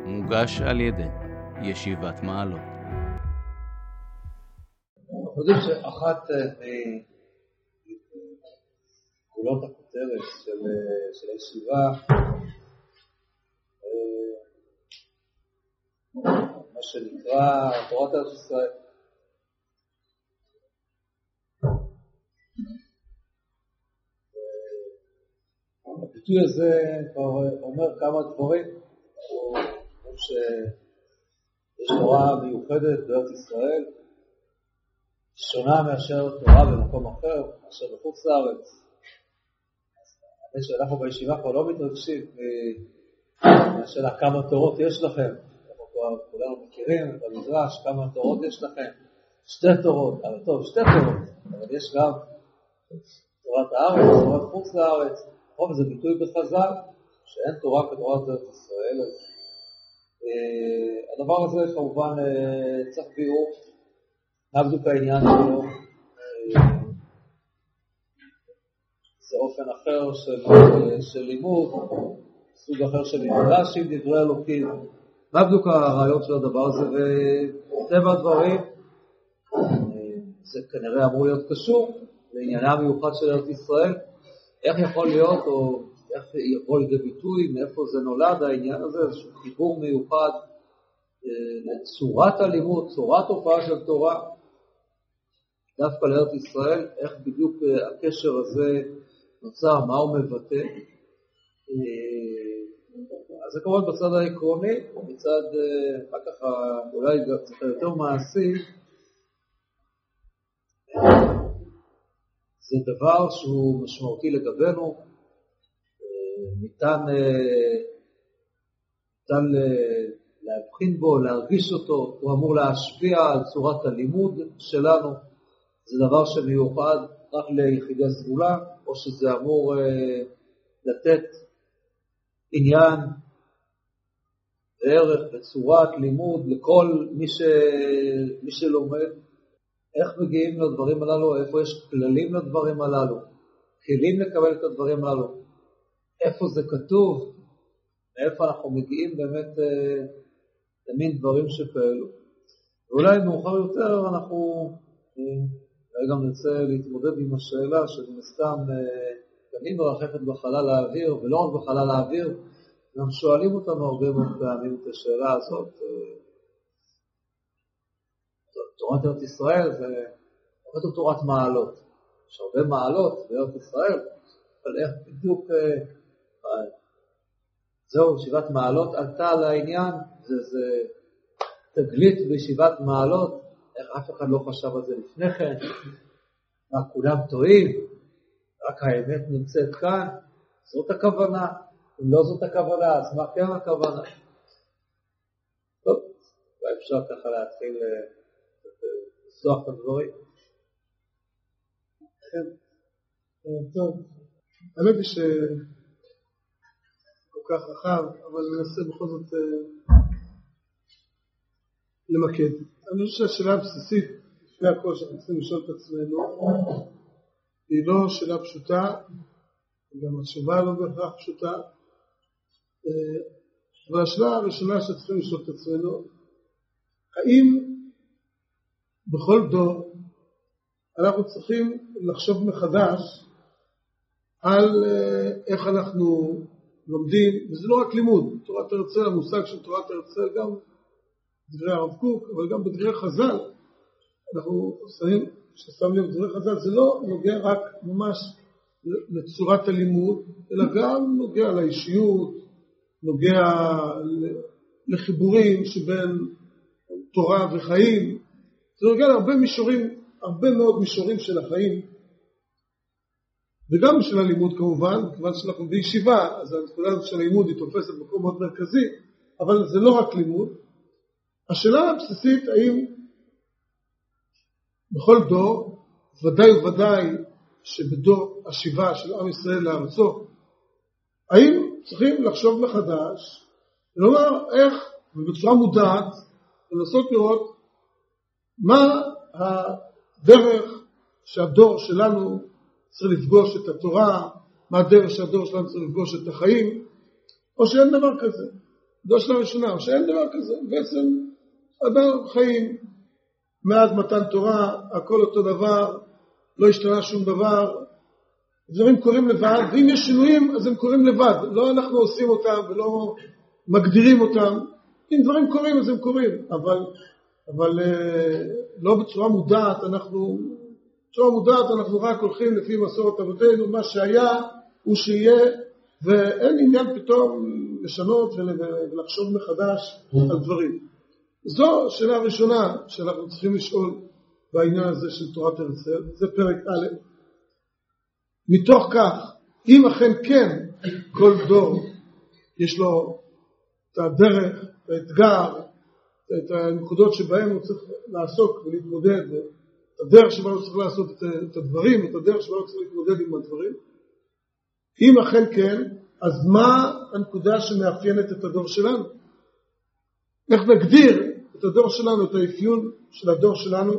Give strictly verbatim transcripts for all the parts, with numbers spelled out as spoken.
מוגש על ידי ישיבת מעלות. אני חושב שאחת מגולות הכותרת של, של הישיבה, מה שנקרא תורת ארץ ישראל. הביטוי הזה כבר אומר כמה דברים. הוא אומר שיש תורה מיוחדת בארץ ישראל, שונה מאשר תורה במקום אחר, מאשר בחוץ לארץ. אז שאנחנו בישיבה כבר לא מתרגשים מהשאלה כמה תורות יש לכם. אנחנו כבר כולנו מכירים את המדרש, כמה תורות יש לכם. שתי תורות, אבל טוב, שתי תורות, אבל יש גם תורת הארץ, תורת חוץ לארץ. טוב, זה ביטוי בחז"ל, שאין תורה כתורת ארץ ישראל. אז אה, הדבר הזה כמובן אה, צריך ביאור. מה בדיוק העניין שלו? אה, זה אופן אחר של, של לימוד, סוג אחר של מדרש עם דברי אלוקים. מה בדיוק הרעיון של הדבר הזה? וטבע הדברים, אה, זה כנראה אמור להיות קשור לעניינה המיוחד של ארץ ישראל. איך יכול להיות, או איך יכול לידי ביטוי, מאיפה זה נולד העניין הזה, איזשהו חיבור מיוחד לצורת הלימוד, צורת הופעה של תורה, דווקא לארץ ישראל, איך בדיוק הקשר הזה נוצר, מה הוא מבטא. אז זה כמובן בצד העקרוני, מצד, רק ככה, אולי קצת יותר מעשי, זה דבר שהוא משמעותי לגבינו, ניתן, ניתן להבחין בו, להרגיש אותו, הוא אמור להשפיע על צורת הלימוד שלנו, זה דבר שמיוחד רק ליחידי סגולה, או שזה אמור לתת עניין וערך וצורת לימוד לכל מי, ש... מי שלומד. איך מגיעים לדברים הללו, איפה יש כללים לדברים הללו, כלים לקבל את הדברים הללו, איפה זה כתוב, מאיפה אנחנו מגיעים באמת אה, למין דברים שפעלו. ואולי מאוחר יותר אנחנו אה, גם נרצה להתמודד עם השאלה שמן הסתם אה, תמיד מרחפת בחלל האוויר, ולא רק בחלל האוויר, גם שואלים אותנו הרבה מאוד פעמים את השאלה הזאת. אה, תורת ארץ ישראל זה הרבה תורת מעלות. יש הרבה מעלות בארץ ישראל, אבל איך בדיוק זהו, ישיבת מעלות עלתה על העניין, זה, זה תגלית בישיבת מעלות, איך אף אחד לא חשב על זה לפני כן, מה כולם טועים, רק האמת נמצאת כאן, זאת הכוונה, אם לא זאת הכוונה, אז מה כן הכוונה? טוב, ואפשר ככה להתחיל לסוח את הדברים. כן, טוב, האמת היא שכל כך רחב, אבל ננסה בכל זאת למקד. אני חושב שהשאלה הבסיסית, לפני הכל שאנחנו צריכים לשאול את עצמנו, היא לא שאלה פשוטה, גם התשובה לא בהכרח פשוטה, אבל השאלה הראשונה שצריכים לשאול את עצמנו, האם בכל דור אנחנו צריכים לחשוב מחדש על איך אנחנו לומדים, וזה לא רק לימוד, תורת הרצל, המושג של תורת הרצל, גם דברי הרב קוק, אבל גם בדברי חז"ל, אנחנו שמים, ששם לב דברי חז"ל, זה לא נוגע רק ממש לצורת הלימוד, אלא גם נוגע לאישיות, נוגע לחיבורים שבין תורה וחיים, זה נוגע להרבה מישורים, הרבה מאוד מישורים של החיים, וגם של הלימוד כמובן, כיוון שאנחנו בישיבה, אז הנקודה הזאת של הלימוד היא תופסת מקום מאוד מרכזי, אבל זה לא רק לימוד. השאלה הבסיסית, האם בכל דור, ודאי וודאי שבדור השיבה של עם ישראל לארצו, האם צריכים לחשוב מחדש, ולומר איך, ובצורה מודעת, לנסות לראות מה הדרך שהדור שלנו צריך לפגוש את התורה, מה הדרך שהדור שלנו צריך לפגוש את החיים, או שאין דבר כזה. דור של הראשונה, או שאין דבר כזה, בעצם אדם חיים מאז מתן תורה, הכל אותו דבר, לא השתנה שום דבר, דברים קורים לבד, ואם יש שינויים אז הם קורים לבד, לא אנחנו עושים אותם ולא מגדירים אותם, אם דברים קורים אז הם קורים, אבל, אבל לא בצורה מודעת, אנחנו, בצורה מודעת אנחנו רק הולכים לפי מסורת אבותינו, מה שהיה הוא שיהיה, ואין עניין פתאום לשנות ולחשוב מחדש על דברים. זו שאלה הראשונה שאנחנו צריכים לשאול בעניין הזה של תורת ארץ ישראל, זה פרק א'. מתוך כך, אם אכן כן, כל דור יש לו את הדרך, את האתגר, את הנקודות שבהם הוא צריך לעסוק ולהתמודד, את הדרך שבה הוא צריך לעשות את הדברים, את הדרך שבה הוא צריך להתמודד עם הדברים. אם אכן כן, אז מה הנקודה שמאפיינת את הדור שלנו? איך נגדיר את הדור שלנו, את האפיון של הדור שלנו?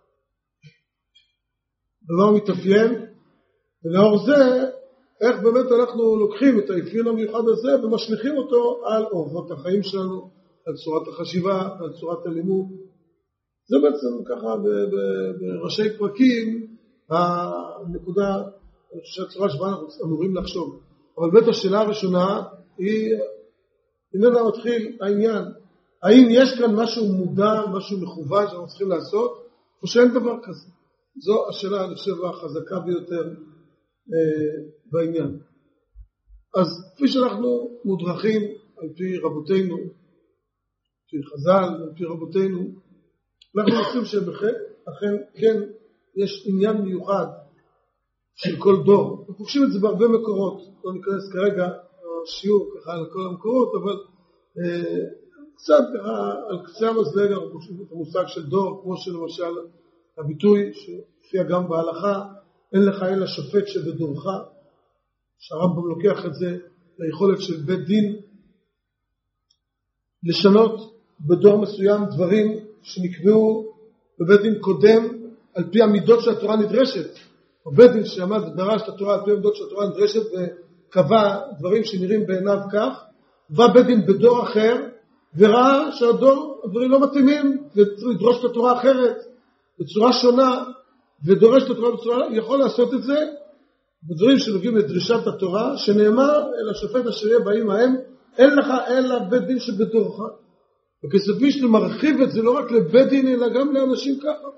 במה הוא מתאפיין? ולאור זה, איך באמת אנחנו לוקחים את האפיון המיוחד הזה ומשליכים אותו על אורחות החיים שלנו, על צורת החשיבה, על צורת הלימוד. זה בעצם ככה בראשי פרקים, הנקודה, אני חושב שהצורה שבה אנחנו אמורים לחשוב. אבל בית השאלה הראשונה היא, איננה מתחיל העניין, האם יש כאן משהו מודע, משהו מכוון שאנחנו צריכים לעשות, או שאין דבר כזה. זו השאלה, אני חושב, החזקה ביותר אה, בעניין. אז כפי שאנחנו מודרכים על פי רבותינו, על פי חז"ל, על פי רבותינו, אנחנו עושים שבכן, אכן כן יש עניין מיוחד של כל דור. אנחנו חושבים את זה בהרבה מקורות, לא ניכנס כרגע שיעור ככה על כל המקורות, אבל אה, קצת ככה על קצה המזלג אנחנו חושבים את המושג של דור, כמו שלמשל הביטוי שהופיע גם בהלכה, אין לך אלא שופט שבדורך, שהרמב"ם לוקח את זה ליכולת של בית דין לשנות בדור מסוים דברים שנקבעו בבית דין קודם על פי המידות שהתורה נדרשת. בית דין שעמד ודרש את התורה על פי המידות שהתורה נדרשת וקבע דברים שנראים בעיניו כך, בא בית דין בדור אחר וראה שהדור, הדברים לא מתאימים, וצריך לדרוש את התורה אחרת בצורה שונה, ודורש את התורה בצורה, יכול לעשות את זה בדברים שנוגעים לדרישת התורה, שנאמר אל השופט אשר יהיה באים ההם, אין לך אלא בית דין שבדורך. וכסף מישהו מרחיב את זה לא רק לבית דין אלא גם לאנשים ככה.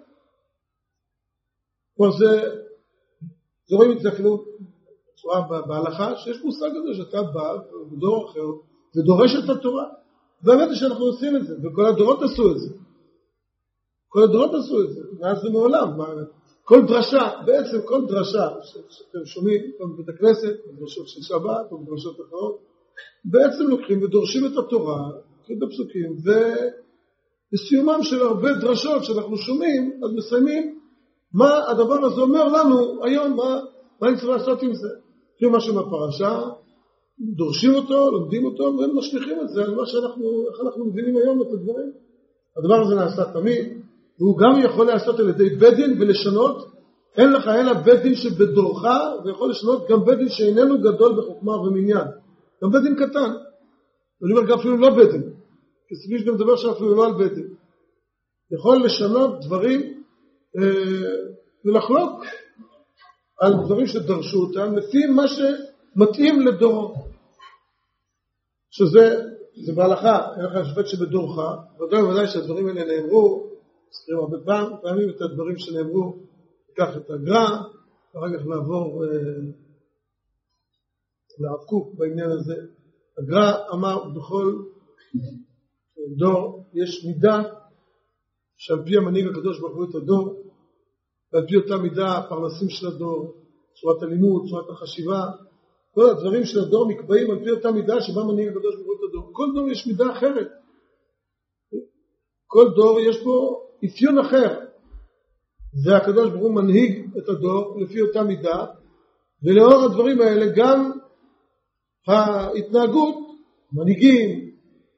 כבר זה, זה רואים את זה אפילו בצורה בהלכה, שיש מושג הזה שאתה בא בדור אחר ודורש את התורה. באמת שאנחנו עושים את זה, וכל הדורות עשו את זה. כל הדורות עשו את זה, ואז זה מעולם. כל דרשה, בעצם כל דרשה שאתם שומעים בבית הכנסת, בדרשות של שבת או בדרשות אחרות, בעצם לוקחים ודורשים את התורה, בפסוקים, ובסיומם של הרבה דרשות שאנחנו שומעים, אז מסיימים מה הדבר הזה אומר לנו היום, מה, מה אני צריך לעשות עם זה. לפי משהו מהפרשה, דורשים אותו, לומדים אותו, ומשליכים את זה על מה שאנחנו, איך אנחנו מבינים היום את הדברים. הדבר הזה נעשה תמיד, והוא גם יכול לעשות על ידי בית דין ולשנות, אין לך אלא בית דין שבדורך, ויכול לשנות גם בית דין שאיננו גדול בחוכמה ומניין. גם בית דין קטן. אני אומר גם אפילו לא בית דין. כי יש גם דבר שאפילו לא על בית דין. יכול לשנות דברים אה, ולחלוק על דברים שדרשו אותם, לפי מה שמתאים לדורו. שזה, זה בהלכה, אין לך שופט שבדורך, ודאי ודאי שהדברים האלה נאמרו, זכירים הרבה פעם, פעמים את הדברים שנאמרו, ניקח את הגר"א, ואחר כך נעבור אה, לרב קוק בעניין הזה. הגר"א אמר בכל דור יש מידה שעל פי המנהיג הקדוש ברוך הוא את הדור, ועל פי אותה מידה הפרנסים של הדור, צורת הלימוד, צורת החשיבה, כל הדברים של הדור נקבעים על פי אותה מידה שבה מנהיג הקדוש ברוך הוא את הדור. כל דור יש מידה אחרת. כל דור יש פה אפיון אחר. והקדוש ברוך הוא מנהיג את הדור לפי אותה מידה, ולאור הדברים האלה גם ההתנהגות, מנהיגים,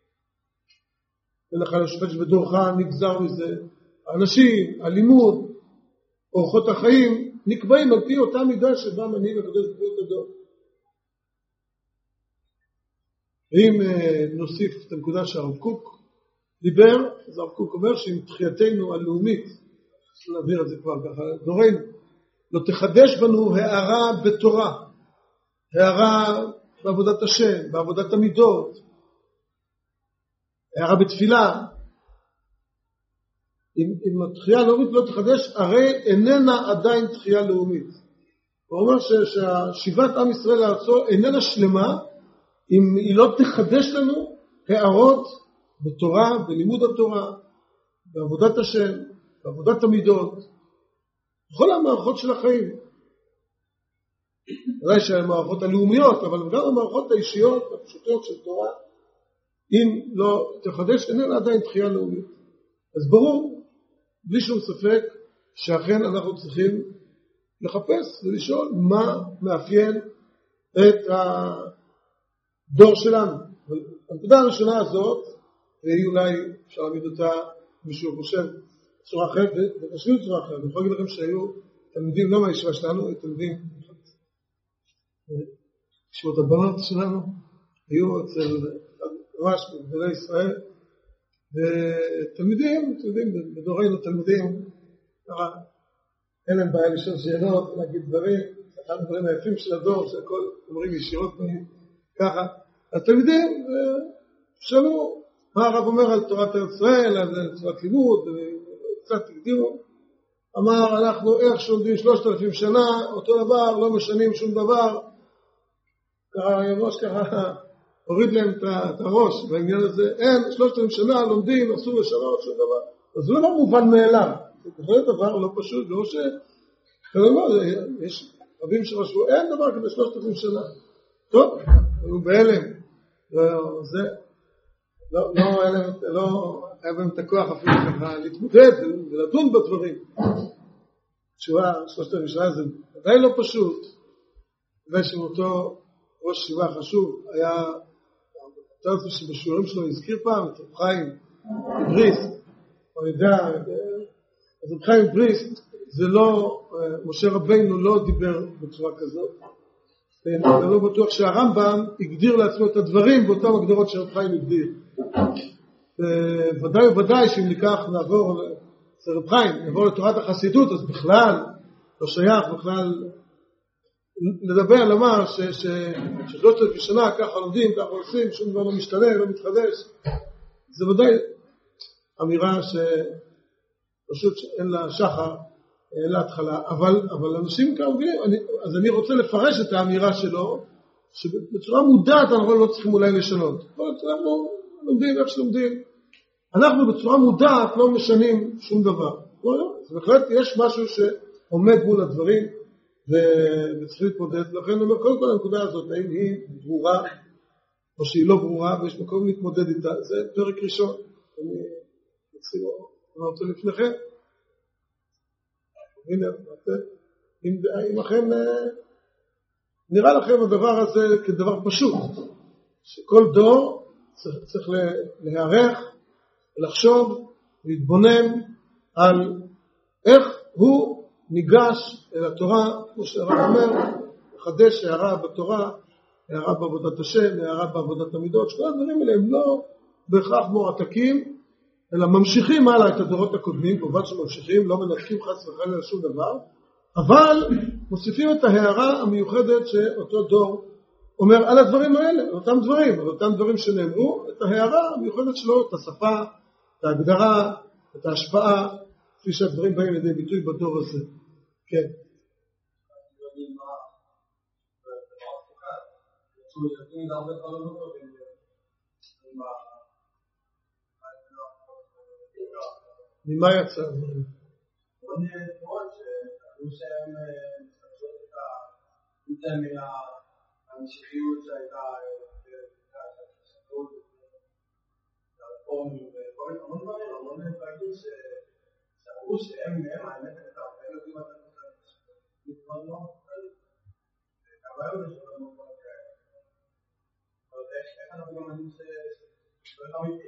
ולך לשופט שבדורך נגזר מזה, האנשים, הלימוד, אורחות החיים, נקבעים על פי אותה מידה שבה מנהיג הקדוש ברוך הוא את הדור. ואם נוסיף את הנקודה שהרב קוק דיבר, אז הרב קוק אומר שעם תחייתנו הלאומית, נעביר את זה כבר ככה, דורנו, לא תחדש בנו הערה בתורה, הערה בעבודת השם, בעבודת המידות, הערה בתפילה. אם, אם התחייה הלאומית לא תחדש, הרי איננה עדיין תחייה לאומית. הוא אומר ששיבת עם ישראל לארצו איננה שלמה, אם היא לא תחדש לנו הערות בתורה, בלימוד התורה, בעבודת השם, בעבודת המידות, בכל המערכות של החיים. אולי שהמערכות הלאומיות, אבל גם המערכות האישיות, הפשוטות של תורה, אם לא תחדש, איננה עדיין תחייה לאומית. אז ברור, בלי שום ספק, שאכן אנחנו צריכים לחפש ולשאול מה מאפיין את הדור שלנו. הנקודה הראשונה הזאת, והיא אולי אפשר להעמיד אותה מישהו חושב בצורה אחרת, ותשאיר בצורה אחרת. אני יכול להגיד לכם שהיו תלמידים, לא מהישיבה שלנו, היו תלמידים, ישיבות הבנות שלנו, היו אצל ממש בגדולי ישראל, ותלמידים, תלמידים, בדורנו תלמידים, אין להם בעיה לשאול שאלות, להגיד דברים, אחד הדברים היפים של הדור, שהכל אומרים ישירות בהם, ככה. התלמידים שאלו מה הרב אומר על תורת ארץ ישראל, על צורת לימוד, קצת הקדימו, אמר אנחנו איך שעומדים שלושת אלפים שנה, אותו דבר, לא משנים שום דבר, ככה יבוש ככה, הוריד להם את הראש בעניין הזה, אין, שלושת אלפים שנה לומדים, אסור לשנות שום דבר, אז זה לא מובן מאליו, זה כזה דבר לא פשוט, לא ש... יש רבים שחשבו, אין דבר כזה שלושת אלפים שנה, טוב, הוא בהלם, זה, לא, לא, לא, היה בהם את הכוח אפילו ככה להתמודד ולדון בדברים. תשובה, שלושת אלפים שנה זה ודאי לא פשוט, ושאותו ראש שיבה חשוב היה, אתה רוצה שבשיעורים שלו הזכיר פעם את רב חיים בריסט, אני יודע, אז רב חיים בריסט זה לא, משה רבינו לא דיבר בצורה כזאת, אני לא בטוח שהרמב"ם הגדיר לעצמו את הדברים באותם הגדרות שרב חיים הגדיר. ודאי וודאי שאם ניקח נעבור לרב חיים, נעבור לתורת החסידות, אז בכלל לא שייך בכלל לדבר, לומר ששלושת אלפים שנה ככה לומדים, ככה עושים, שום דבר לא משתנה, לא מתחדש. זה ודאי אמירה שפשוט אין לה שחר, אין לה התחלה, אבל, אבל אנשים כאן מבינים, אז אני רוצה לפרש את האמירה שלו, שבצורה מודעת אנחנו לא צריכים אולי לשנות. אנחנו לומדים איך שלומדים. אנחנו בצורה מודעת לא משנים שום דבר. אז בהחלט יש משהו שעומד מול הדברים, וצריך להתמודד. לכן אני אומר, קודם כל הנקודה הזאת, האם היא ברורה, או שהיא לא ברורה, ויש מקום להתמודד איתה. זה פרק ראשון. אני אציג אותו לפניכם. הנה, אם אכן נראה לכם הדבר הזה כדבר פשוט, שכל דור צריך, צריך להיערך, לחשוב, להתבונן על איך הוא ניגש אל התורה, כמו שהרב אומר, לחדש הערה בתורה, הערה בעבודת השם, הערה בעבודת המידות, שכל הדברים האלה הם לא בהכרח מועתקים, אלא ממשיכים הלאה את הדורות הקודמים, כמובן שממשיכים, לא מנתקים חס וחלילה לשום דבר, אבל מוסיפים את ההערה המיוחדת שאותו דור אומר על הדברים האלה, על אותם דברים, על אותם דברים שנאמרו, את ההערה המיוחדת שלו, את השפה, את ההגדרה, את ההשפעה, כפי שהדברים באים לידי ביטוי בדור הזה. כן. ממה יצא הדברים? אני חושב שהיו שהם מסתכלות את הידע מהמשיחיות שהייתה שתות והרפורמים וכל המון דברים, המון דברים שאמרו שהם מהם האמת הייתה הרבה יודעים את זה שתתמד לא אבל היום יש לנו כל כאלה אבל איך אנחנו גם יודעים שלא לא אמיתי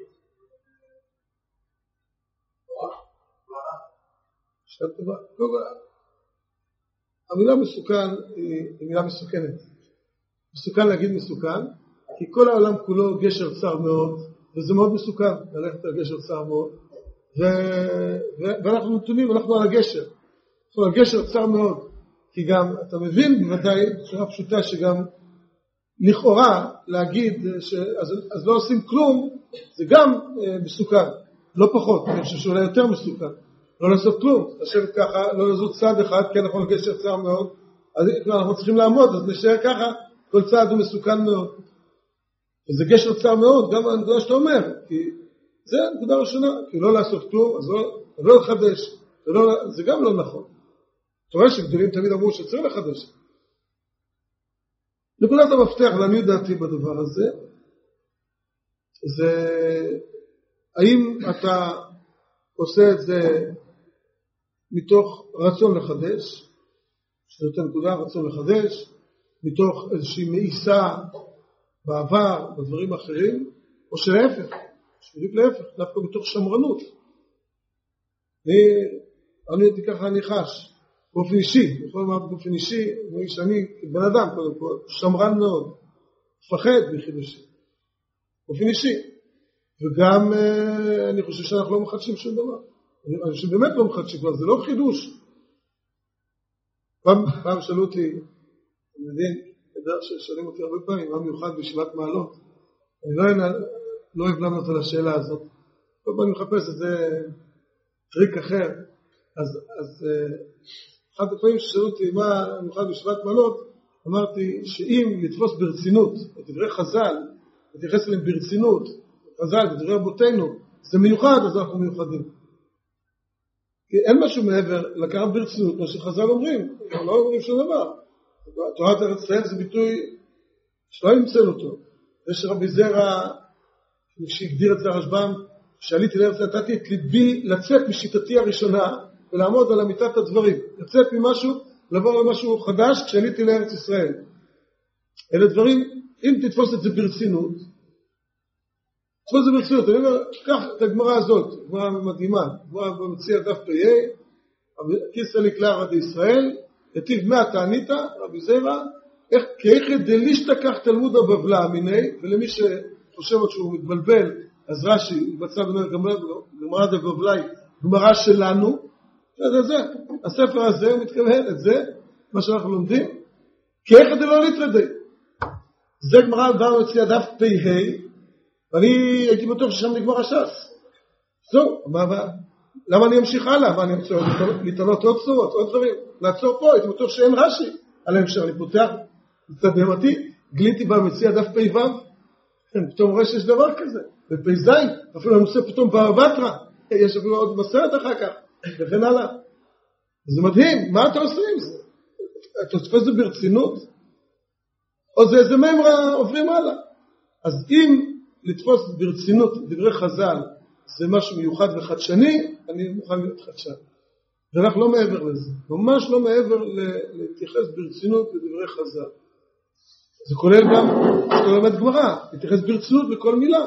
המילה מסוכן היא מילה מסוכנת. מסוכן להגיד מסוכן, כי כל העולם כולו גשר צר מאוד, וזה מאוד מסוכן ללכת על גשר צר מאוד, ו... ו... ואנחנו נתונים, אנחנו על הגשר, אנחנו על גשר צר מאוד, כי גם אתה מבין בוודאי, בצורה פשוטה שגם לכאורה להגיד ש... אז, אז לא עושים כלום, זה גם אה, מסוכן, לא פחות, אני חושב שאולי יותר מסוכן, לא לעשות כלום, לשבת ככה, לא לזוז צעד אחד, כי אנחנו על גשר צר מאוד, אז אנחנו צריכים לעמוד, אז נשאר ככה, כל צעד הוא מסוכן מאוד. וזה גשר צר מאוד, גם הנקודה שאתה אומר, כי זה הנקודה הראשונה, כי לא לעשות כלום, אז לא, לא לחדש, ולא, זה גם לא נכון. אתה רואה שגדולים תמיד אמרו שצריך לחדש. נקודת המפתח, ואני דעתי בדבר הזה, זה האם אתה עושה את זה מתוך רצון לחדש, שזאת הנקודה רצון לחדש, מתוך איזושהי מאיסה בעבר, בדברים אחרים, או שלהפך, שבדיוק להפך, דווקא מתוך שמרנות. אני, אני הייתי ככה אני חש, באופן אישי, בכל מה באופן אישי, שאני כבן אדם קודם כל, שמרן מאוד, מפחד מחידושים, באופן אישי, וגם אני חושב שאנחנו לא מחדשים שום דבר, אני חושב שבאמת לא מחדשים כבר, זה לא חידוש. פעם, פעם שאלו אותי, אני יודעים, ידע ששאלים אותי הרבה פעמים, מה מיוחד בישיבת מעלות, אני לא, לא אוהב לענות על השאלה הזאת, כל פעם אני מחפש איזה טריק אחר, אז, אז אחד הפעמים ששאלו אותי מה מיוחד בישיבת מעלות, אמרתי שאם לתפוס ברצינות את דברי חז"ל, להתייחס אליהם ברצינות, חז"ל ודברי רבותינו, זה מיוחד, אז אנחנו מיוחדים. כי אין משהו מעבר לקחת ברצינות, מה שחז"ל אומרים, לא אומרים שום דבר. תורת ארץ ישראל זה ביטוי שלא ימצאנו אותו. זה שרבי זרע, שהגדיר את זה הרשב"ם, שעליתי לארץ נתתי את ליבי לצאת משיטתי הראשונה, ולעמוד על אמיתת הדברים. לצאת ממשהו, לעבור למשהו חדש, כשעליתי לארץ ישראל. אלה דברים, אם תתפוס את זה ברצינות, תתפוס את זה ברצינות, אני אומר, קח את הגמרא הזאת, גמרא מדהימה, גמרא במציע דף פ"א, כיסא לקלע עד ישראל, יתיב מה תענית, רבי זרע, איך כאיכא דלישתכח תלמוד הבבלה מיני, ולמי שחושב שהוא מתבלבל, אז רש"י, בצד אומר גמרא דבבלה, גמרא שלנו, זה זה, הספר הזה מתכוון את זה, מה שאנחנו לומדים, כאיכא דלא ליטרדי. זה גמרא במציע דף פ"ה, ואני הייתי בטוח ששם נגמר הש"ס. זהו, מה, מה? למה אני אמשיך הלאה? מה, אני אמשיך להתעלות עוד צורות, עוד דברים? לעצור פה, הייתי בטוח שאין רש"י. על ההמשך, אני פותח, מתדהמתי, גיליתי במציע דף פ"ו, כן, פתאום רואה שיש דבר כזה, בפ"ז, אפילו אני עושה פתאום בארבטרה, יש אפילו עוד בסרט אחר כך, וכן הלאה. זה מדהים, מה אתה עושה עם זה? אתה תופס את זה ברצינות? או זה איזה ממרה עוברים הלאה? אז אם לתפוס ברצינות דברי חז"ל, זה משהו מיוחד וחדשני, אני מוכן להיות חדשן. ואנחנו לא מעבר לזה. ממש לא מעבר להתייחס ברצינות לדברי חז"ל. זה כולל גם, שאתה לומד גמרא, להתייחס ברצינות לכל מילה.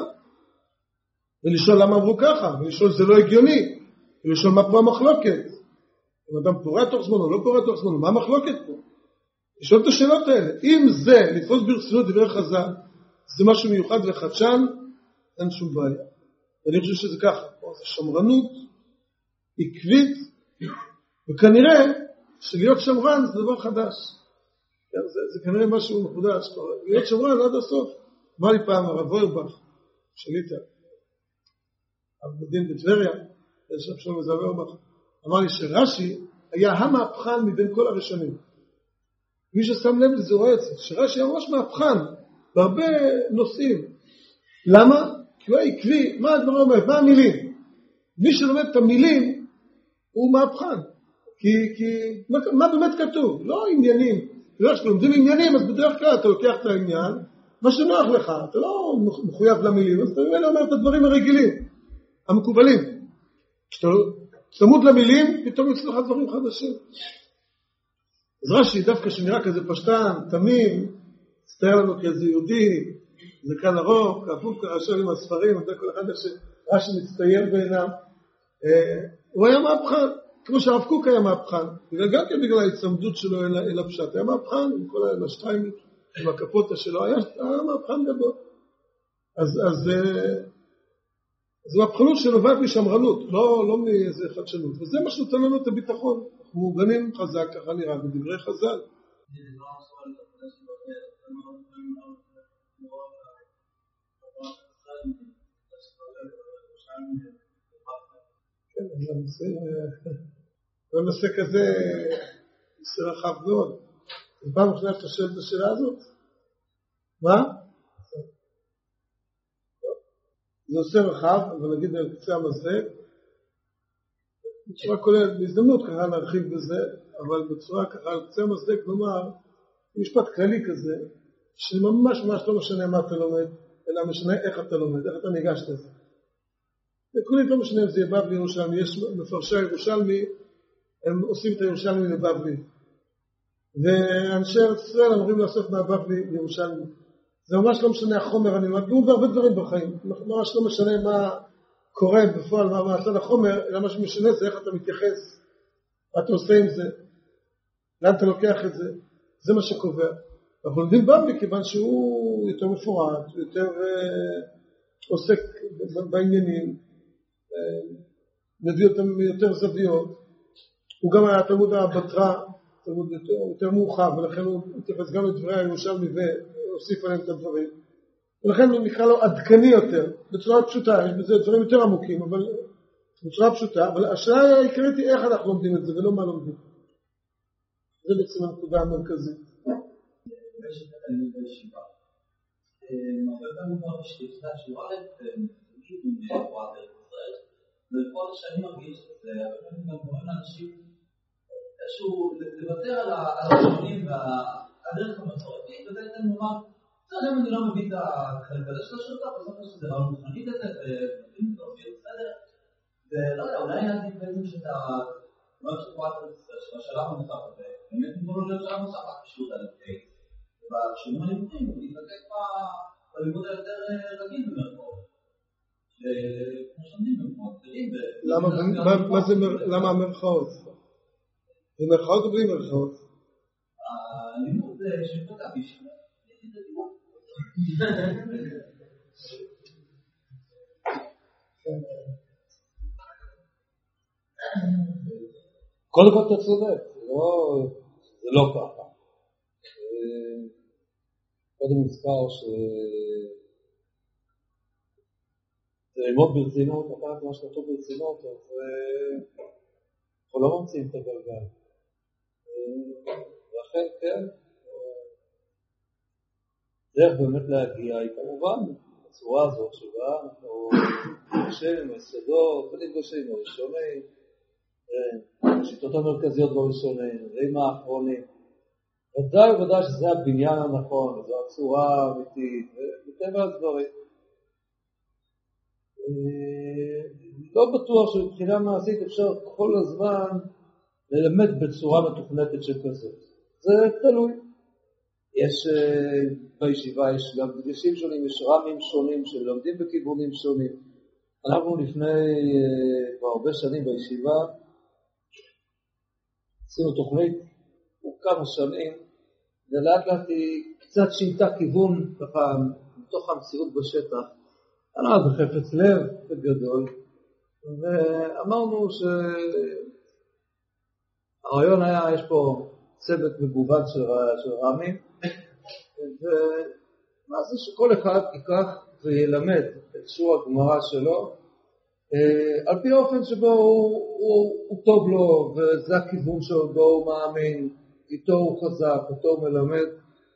ולשאול למה אמרו ככה, ולשאול זה לא הגיוני, ולשאול מה פה המחלוקת. אם אדם פורע תוך זמנו, לא פורע תוך זמנו, מה המחלוקת פה? לשאול את השאלות האלה. אם זה, לתפוס ברצינות דברי חז"ל, זה משהו מיוחד וחדשן, אין שום בעיה. ואני חושב שזה ככה, זה שמרנות, עקבית, וכנראה שלהיות שמרן זה דבר חדש. זה, זה כנראה משהו מחודש. להיות שמרן עד הסוף. אמר לי פעם הרב ווירבך, שליטה, הבדין בטבריה, יש שם שם איזה ווירבך, אמר לי שרש"י היה המהפכן מבין כל הראשונים. מי ששם לב לזה רואה את זה, שרש"י היה ממש מהפכן, בהרבה נושאים. למה? כי הוא היה עקבי, מה הדבר אומר? מה המילים? מי שלומד את המילים, הוא מהפכן. כי, כי, מה, מה באמת כתוב? לא עניינים. לא, כשלומדים עניינים, אז בדרך כלל אתה לוקח את העניין, מה שנוח לך, אתה לא מחויב למילים, אז אתה ממילא אומר את הדברים הרגילים, המקובלים. כשאתה צמוד למילים, פתאום יוצא לך דברים חדשים. אז רש"י, דווקא שנראה כזה פשטן, תמים, סתייר לנו כאיזה יהודי, זה כאן ארוך, כפוף כרשב עם הספרים, אתה כל אחד שרש"י מצטייר בעיניו, הוא היה מהפכן, כמו שהרב קוק היה מהפכן, גם כן בגלל ההצמדות שלו אל הפשט, היה מהפכן עם כל השטריימל, עם הקפוטה שלו, היה מהפכן גדול. אז, אז, אז מהפכנות שנובעת משמרנות, לא, לא מאיזה חדשנות, וזה מה שנותן לנו את הביטחון. אנחנו מוגנים חזק, ככה נראה, בדברי חז"ל. כן, זה נושא כזה, נושא רחב מאוד. אז פעם ראשונה שאתה שואל את השאלה הזאת? מה? זה נושא רחב, אבל נגיד על קצה המזלג. בצורה כוללת, בהזדמנות ככה נרחיב בזה, אבל בצורה ככה על קצה המזלג נאמר, משפט כללי כזה, שממש ממש לא משנה מה אתה לומד, אלא משנה איך אתה לומד, איך אתה ניגש לזה. וכולי לא משנה אם זה בבלי ירושלמי, יש מפרשי ירושלמי, הם עושים את הירושלמי לבבלי. ואנשי ארץ ישראל אמורים לעשות מהבבלי לירושלמי. זה ממש לא משנה החומר, אני מדגום בהרבה דברים בחיים, ממש לא משנה מה קורה בפועל, מה מעצד החומר, אלא מה שמשנה זה איך אתה מתייחס, מה אתה עושה עם זה, לאן אתה לוקח את זה, זה מה שקובע. אנחנו לומדים בבלי כיוון שהוא יותר מפורט, יותר אה, עוסק בעניינים, אה, מביא אותם יותר זוויות, הוא גם היה תלמוד הבטרה, תלמוד יותר, יותר מאוחר, ולכן הוא מתייחס גם לדברי הירושלמי והוסיף עליהם את הדברים. ולכן הוא נקרא לו עדכני יותר, בצורה פשוטה, יש בזה דברים יותר עמוקים, אבל בצורה פשוטה, אבל השאלה העיקרית היא איך אנחנו לומדים את זה ולא מה לומדים. זה בעצם הנקודה המרכזית. יש את התלמיד בישיבה. הרבה פעמים כבר בשתיפת שיעור א', נגיד עם תורת ארץ ישראל, וכל השנים מרגיש את זה, הרבה פעמים גם קוראים לאנשים איזשהו לוותר על השונים והדרך המסורתית, ובעצם נאמר, עכשיו אני לא מבין את הכלכלה של השלטה, בסוף יש את זה רעיון מוכנית את זה, ומבין את זה, ויהיה בסדר, ולא יודע, אולי נעדיף בעצם שאתה מאוד שתורת ארץ ישראל, של השלב הנוסף הזה, באמת נגמרו להיות שלב נוסף, רק פשוט על פייס. בשונים הלימודים, הוא מתבקק בלימוד היותר רגיל במרכאות. כמו שלומדים במרכאות, רגיל. למה המרכאות? זה מרכאות או בלי מרכאות? הלימוד שפתע בישיבה. קודם כל אתה צודק, זה לא ככה. קודם נזכר שללמוד ברצינות, לקחת מה שכתוב ברצינות, אז אנחנו לא ממציאים את הגלגל. ולכן כן, דרך באמת להגיע היא כמובן בצורה הזאת שבה אנחנו נפגשים עם היסודות ונפגשים עם הראשונים, השיטות המרכזיות בראשונים, ועם האחרונים. ודאי וודאי שזה הבניין הנכון, זו הצורה האמיתית, וטבע הדברים. לא בטוח שבבחינה מעשית אפשר כל הזמן ללמד בצורה מתוכנתת שכזאת. זה תלוי. יש בישיבה, יש גם דגשים שונים, יש רמים שונים שלומדים בכיוונים שונים. אנחנו לפני כבר הרבה שנים בישיבה, עשינו תוכנית כמה שנים, ולאט לאט היא קצת שינתה כיוון ככה מתוך המציאות בשטח. אני עוד בחפץ לב בגדול, ואמרנו שהרעיון היה, יש פה צוות מגוון של, של רמים, ומה זה שכל אחד ייקח וילמד את שיעור הגמרא שלו, על פי האופן שבו הוא, הוא, הוא טוב לו, וזה הכיוון שבו הוא מאמין, איתו הוא חזק, איתו הוא מלמד,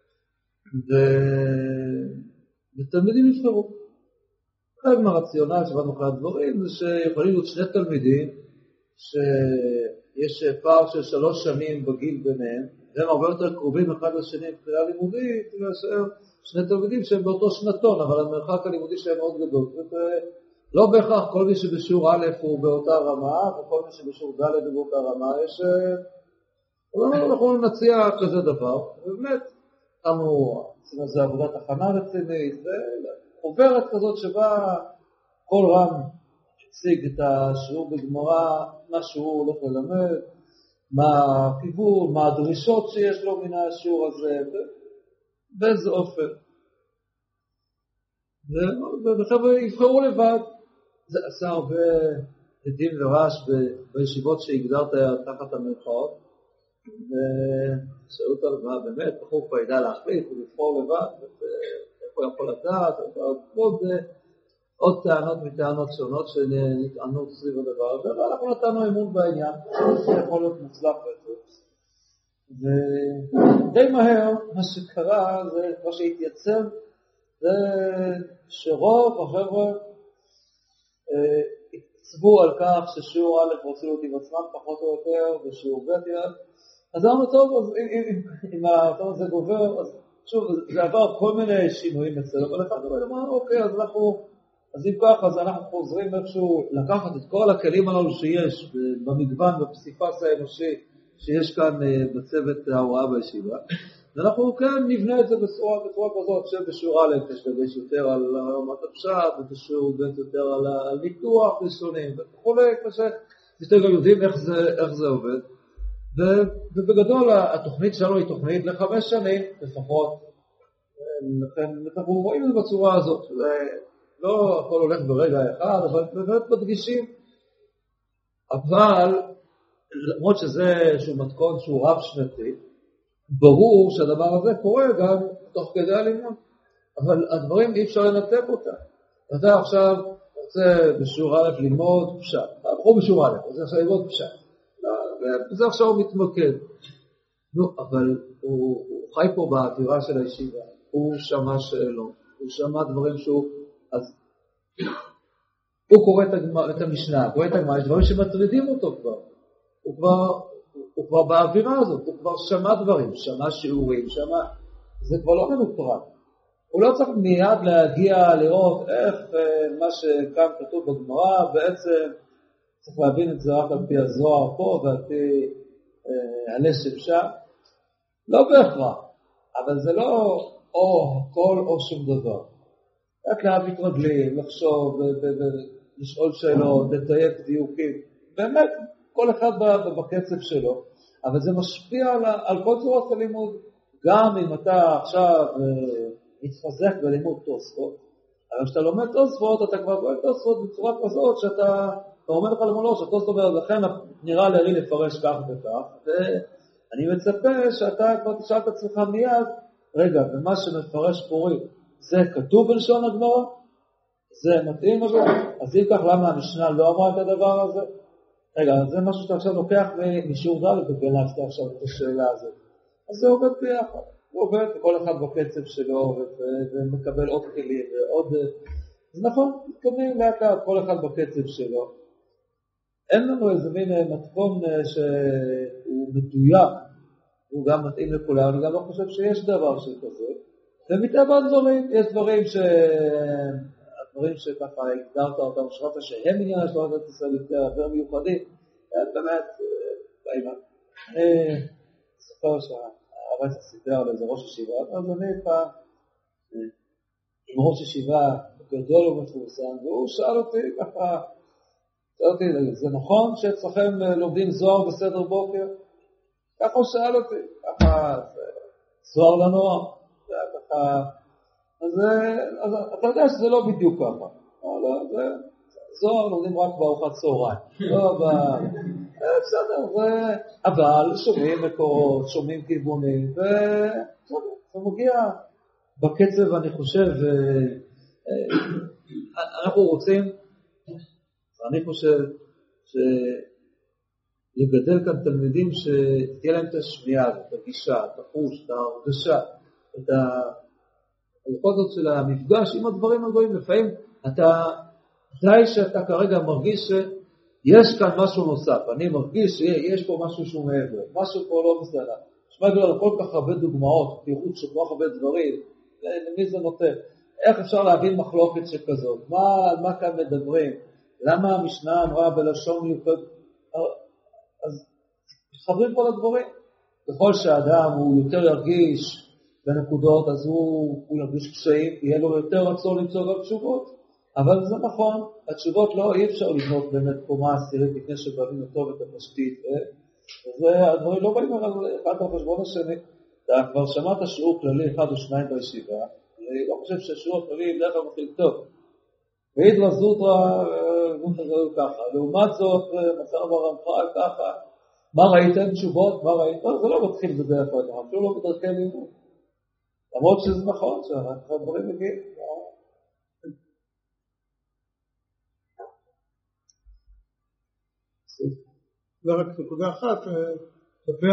ותלמידים יבחרו. אחד מהרציונל שבנו כאן הדברים, זה שיכולים להיות שני תלמידים, שיש פער של שלוש שנים בגיל ביניהם, והם הרבה יותר קרובים אחד לשני מבחינה לימודית, מאשר שני תלמידים שהם באותו שנתון, אבל המרחק הלימודי שהם מאוד גדול. לא בהכרח כל מי שבשיעור א' הוא באותה רמה, וכל מי שבשיעור ד' הוא באותה רמה, יש... אנחנו נציע כזה דבר, ובאמת, אנחנו עשינו איזו עבודת הכנה רצינית, ועוברת כזאת שבה כל רם הציג את השיעור בגמרא, מה שהוא הולך ללמד, מה הכיוון, מה הדרישות שיש לו מן השיעור הזה, באיזה אופן. וחבר'ה יבחרו לבד. זה עשה הרבה עדים ורעש בישיבות שהגדרת תחת המלכות, ושאלו אותו לבד, באמת, בחור כבר ידע להחליט ולבחור לבד, ואיפה הוא יכול לדעת, עוד, עוד טענות מטענות שונות שנטענו סביב הדבר הזה, ואנחנו נתנו אמון בעניין, זה יכול להיות מוצלח בעצם. ודי מהר, מה שקרה, זה מה שהתייצב, זה שרוב החבר'ה התעצבו על כך ששיעור א' רוצים אותי בעצמם פחות או יותר, ושיעור ב' יד. אז אמרנו טוב, אז אם האותו הזה גובר, אז שוב, זה עבר כל מיני שינויים אצלנו, אבל אחד אמרנו, אוקיי, אז אנחנו, אז אם כך, אז אנחנו חוזרים איכשהו לקחת את כל הכלים הללו שיש במגוון, בפסיפס האנושי, שיש כאן בצוות ההוראה בישיבה, ואנחנו כן נבנה את זה בצורה, בצורה כזאת, שבשיעור א' יש לדש יותר על רמת הפשט, ובשיעור ב' יותר על, על ניתוח ראשונים, וכולי, כשאתם גם יודעים איך זה, איך זה עובד. ו, ובגדול התוכנית שלנו היא תוכנית לחמש שנים לפחות, לכן אנחנו רואים את זה בצורה הזאת, לא הכל הולך ברגע אחד, אבל באמת מדגישים, אבל למרות שזה איזשהו מתכון שהוא רב שנתי, ברור שהדבר הזה קורה גם תוך כדי הלימוד, אבל הדברים אי אפשר לנתק אותם. אתה עכשיו רוצה בשיעור א' ללמוד פשט, או בשיעור א', רוצה עכשיו ללמוד פשט, וזה עכשיו הוא מתמקד. נו, אבל הוא, הוא חי פה באווירה של הישיבה, הוא שמע שאלות, הוא שמע דברים שהוא, אז הוא קורא את המשנה, קורא את הגמרא, יש דברים שמטרידים אותו כבר. הוא כבר, הוא כבר באווירה הזאת, הוא כבר שמע דברים, שמע שיעורים, שמע, זה כבר לא מנוטרל. הוא לא צריך מיד להגיע לראות איך מה שכאן כתוב בגמרא, בעצם צריך להבין את זה רק על פי הזוהר פה ועל פי אה, הלשם שם. לא בהכרח, אבל זה לא או הכל או שום דבר. רק לאט מתרגלים, לחשוב, לשאול שאלות, לתייק דיוקים. באמת, כל אחד בקצב שלו, אבל זה משפיע על, על כל צורת הלימוד. גם אם אתה עכשיו אה, מתחזק בלימוד תוספות, אבל כשאתה לומד תוספות, אתה כבר רואה תוספות בצורה כזאת שאתה, אתה אומר לך למולו, שהתוספות אומר, לכן נראה לי לפרש כך וכך, ואני מצפה שאתה כבר תשאל את עצמך מיד, רגע, ומה שמפרש פורי, זה כתוב בלשון הגמרא? זה מתאים משהו? אז אם כך, למה המשנה לא אמרה את הדבר הזה? רגע, זה משהו שאתה עכשיו לוקח משיעור ד' וגנבת עכשיו את השאלה הזאת. אז זה עובד ביחד. הוא עובד כל אחד בקצב שלו ומקבל עוד כלים ועוד... אז נכון, מתכוונים לאט לאט כל אחד בקצב שלו. אין לנו איזה מין מתכון שהוא מדויק, הוא גם מתאים לכולם, אני גם לא חושב שיש דבר של כזה. ומטבע הדברים, יש דברים ש... הדברים שככה הגדרת אותם, שרצה שהם עניין של תורת ישראל יותר יותר מיוחדים, באמת, באימן. אני זוכר שהרב סיפר על איזה ראש ישיבה, אז אני פעם עם ראש ישיבה גדול ומפורסם, והוא שאל אותי ככה, שאל אותי, זה נכון שאצלכם לומדים זוהר בסדר בוקר? ככה הוא שאל אותי, ככה זוהר לנוער, זה היה ככה, אז, אז אתה יודע שזה לא בדיוק ככה, לא, זה, זוהר לומדים רק בארוחת צהריים, לא ב... בסדר, זה... אבל שומעים מקורות, שומעים כיוונים, וזה מגיע בקצב, אני חושב, אנחנו רוצים, אני חושב, שלגדל כאן תלמידים שתהיה להם את השמיעה, את הגישה, את החוש, את ההרגשה, את היכולת הזאת של המפגש עם הדברים הגדולים. לפעמים אתה, די שאתה כרגע מרגיש שיש כאן משהו נוסף, אני מרגיש שיש פה משהו שהוא מעבר, משהו פה לא בסדר. שמע גדול, כל כך הרבה דוגמאות, תראו שכל כך הרבה דברים, למי זה נותן? איך אפשר להבין מחלוקת שכזאת? מה, מה כאן מדברים? למה המשנה אמרה בלשון מיוחד? אז מתחברים כל הדברים. ככל שהאדם הוא יותר ירגיש בנקודות, אז הוא, הוא ירגיש קשיים, יהיה לו יותר רצון למצוא גם תשובות. אבל זה נכון, התשובות לא, אי אפשר לבנות באמת קומה עשירית לפני שבאים טוב את התשתית. וזה, הדברים לא באים על אחד החשבון השני. אתה כבר שמעת שיעור כללי אחד או שניים בישיבה, אני לא חושב שהשיעור הכללי בדרך כלל מתחיל טוב. ואידרא זוטרא ככה, לעומת זאת מסר ברמח"ל ככה, מה ראיתם תשובות, מה ראיתם? זה לא מתחיל בדרך כלל, אפילו לא בדרכי לימוד. למרות שזה נכון, שהדברים מגיעים. לא רק נקודה אחת, כלפי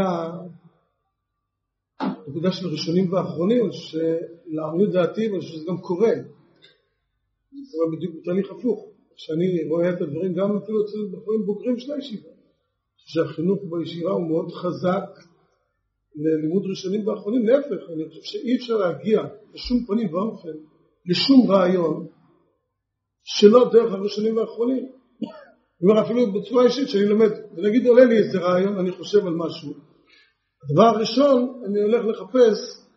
הנקודה של ראשונים ואחרונים, שלעניות דעתי, אני חושב שזה גם קורה. זה קורה בדיוק בתהליך הפוך. כשאני רואה את הדברים, גם אפילו אצל בחורים בוגרים של הישיבה, שהחינוך בישיבה הוא מאוד חזק ללימוד ראשונים ואחרונים. להפך, אני חושב שאי אפשר להגיע בשום פנים ואופן לשום רעיון שלא דרך הראשונים והאחרונים. אני אומר אפילו בצורה אישית שאני לומד, ונגיד עולה לי איזה רעיון, אני חושב על משהו. הדבר הראשון, אני הולך לחפש,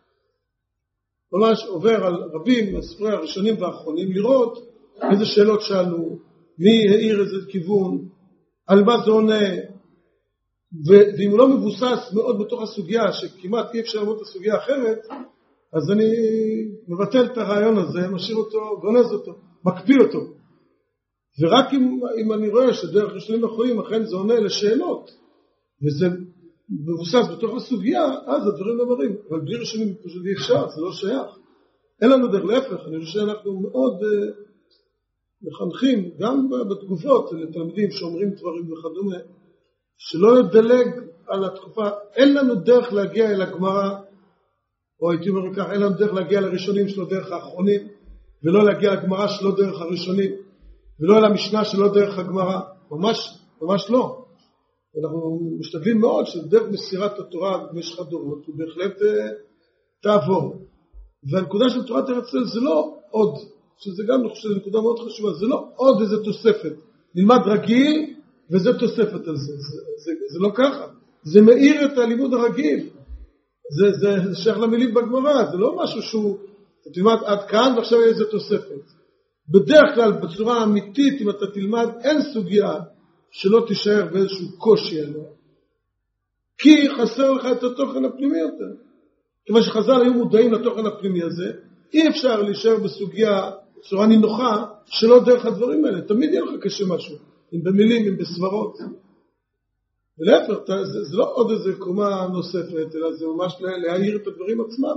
ממש עובר על רבים, הספרי הראשונים והאחרונים, לראות איזה שאלות שאלו, מי העיר איזה כיוון, על מה זה עונה, ואם הוא לא מבוסס מאוד בתוך הסוגיה, שכמעט אי אפשר ללמוד את הסוגיה האחרת, אז אני מבטל את הרעיון הזה, משאיר אותו, גונז אותו, מקפיא אותו. ורק אם, אם אני רואה שדרך ראשונים ואחרונים אכן זה עונה לשאלות, וזה מבוסס בתוך הסוגיה, אז הדברים לא מראים. אבל בלי ראשונים פשוט אי אפשר, זה לא שייך. אין לנו דרך להפך, אני חושב שאנחנו מאוד uh, מחנכים, גם בתגובות לתלמידים שאומרים דברים וכדומה, שלא לדלג על התקופה. אין לנו דרך להגיע אל הגמרא, או הייתי אומר כך, אין לנו דרך להגיע לראשונים שלו דרך האחרונים, ולא להגיע לגמרא שלו דרך הראשונים, ולא על המשנה שלו דרך הגמרא. ממש, ממש לא. אנחנו משתדלים מאוד שדרך מסירת התורה במשך הדורות, הוא בהחלט uh, תעבור. והנקודה של תורת ארץ ישראל זה לא עוד, שזה גם אני חושב נקודה מאוד חשובה, זה לא עוד איזה תוספת. נלמד רגיל וזה תוספת על זה. זה, זה, זה לא ככה. זה מאיר את הלימוד הרגיל. זה, זה, זה שייך למילים בגמרא, זה לא משהו שהוא, אתה תלמד עד כאן ועכשיו יהיה איזה תוספת. בדרך כלל בצורה אמיתית, אם אתה תלמד, אין סוגיה שלא תישאר באיזשהו קושי עליה. כי חסר לך את התוכן הפנימי יותר. כיוון שחז"ל היו מודעים לתוכן הפנימי הזה, אי אפשר להישאר בסוגיה בצורה נינוחה שלא דרך הדברים האלה. תמיד יהיה לך קשה משהו, אם במילים, אם בסברות. ולהפך, זה, זה לא עוד איזה קומה נוספת, אלא זה ממש להעיר את הדברים עצמם.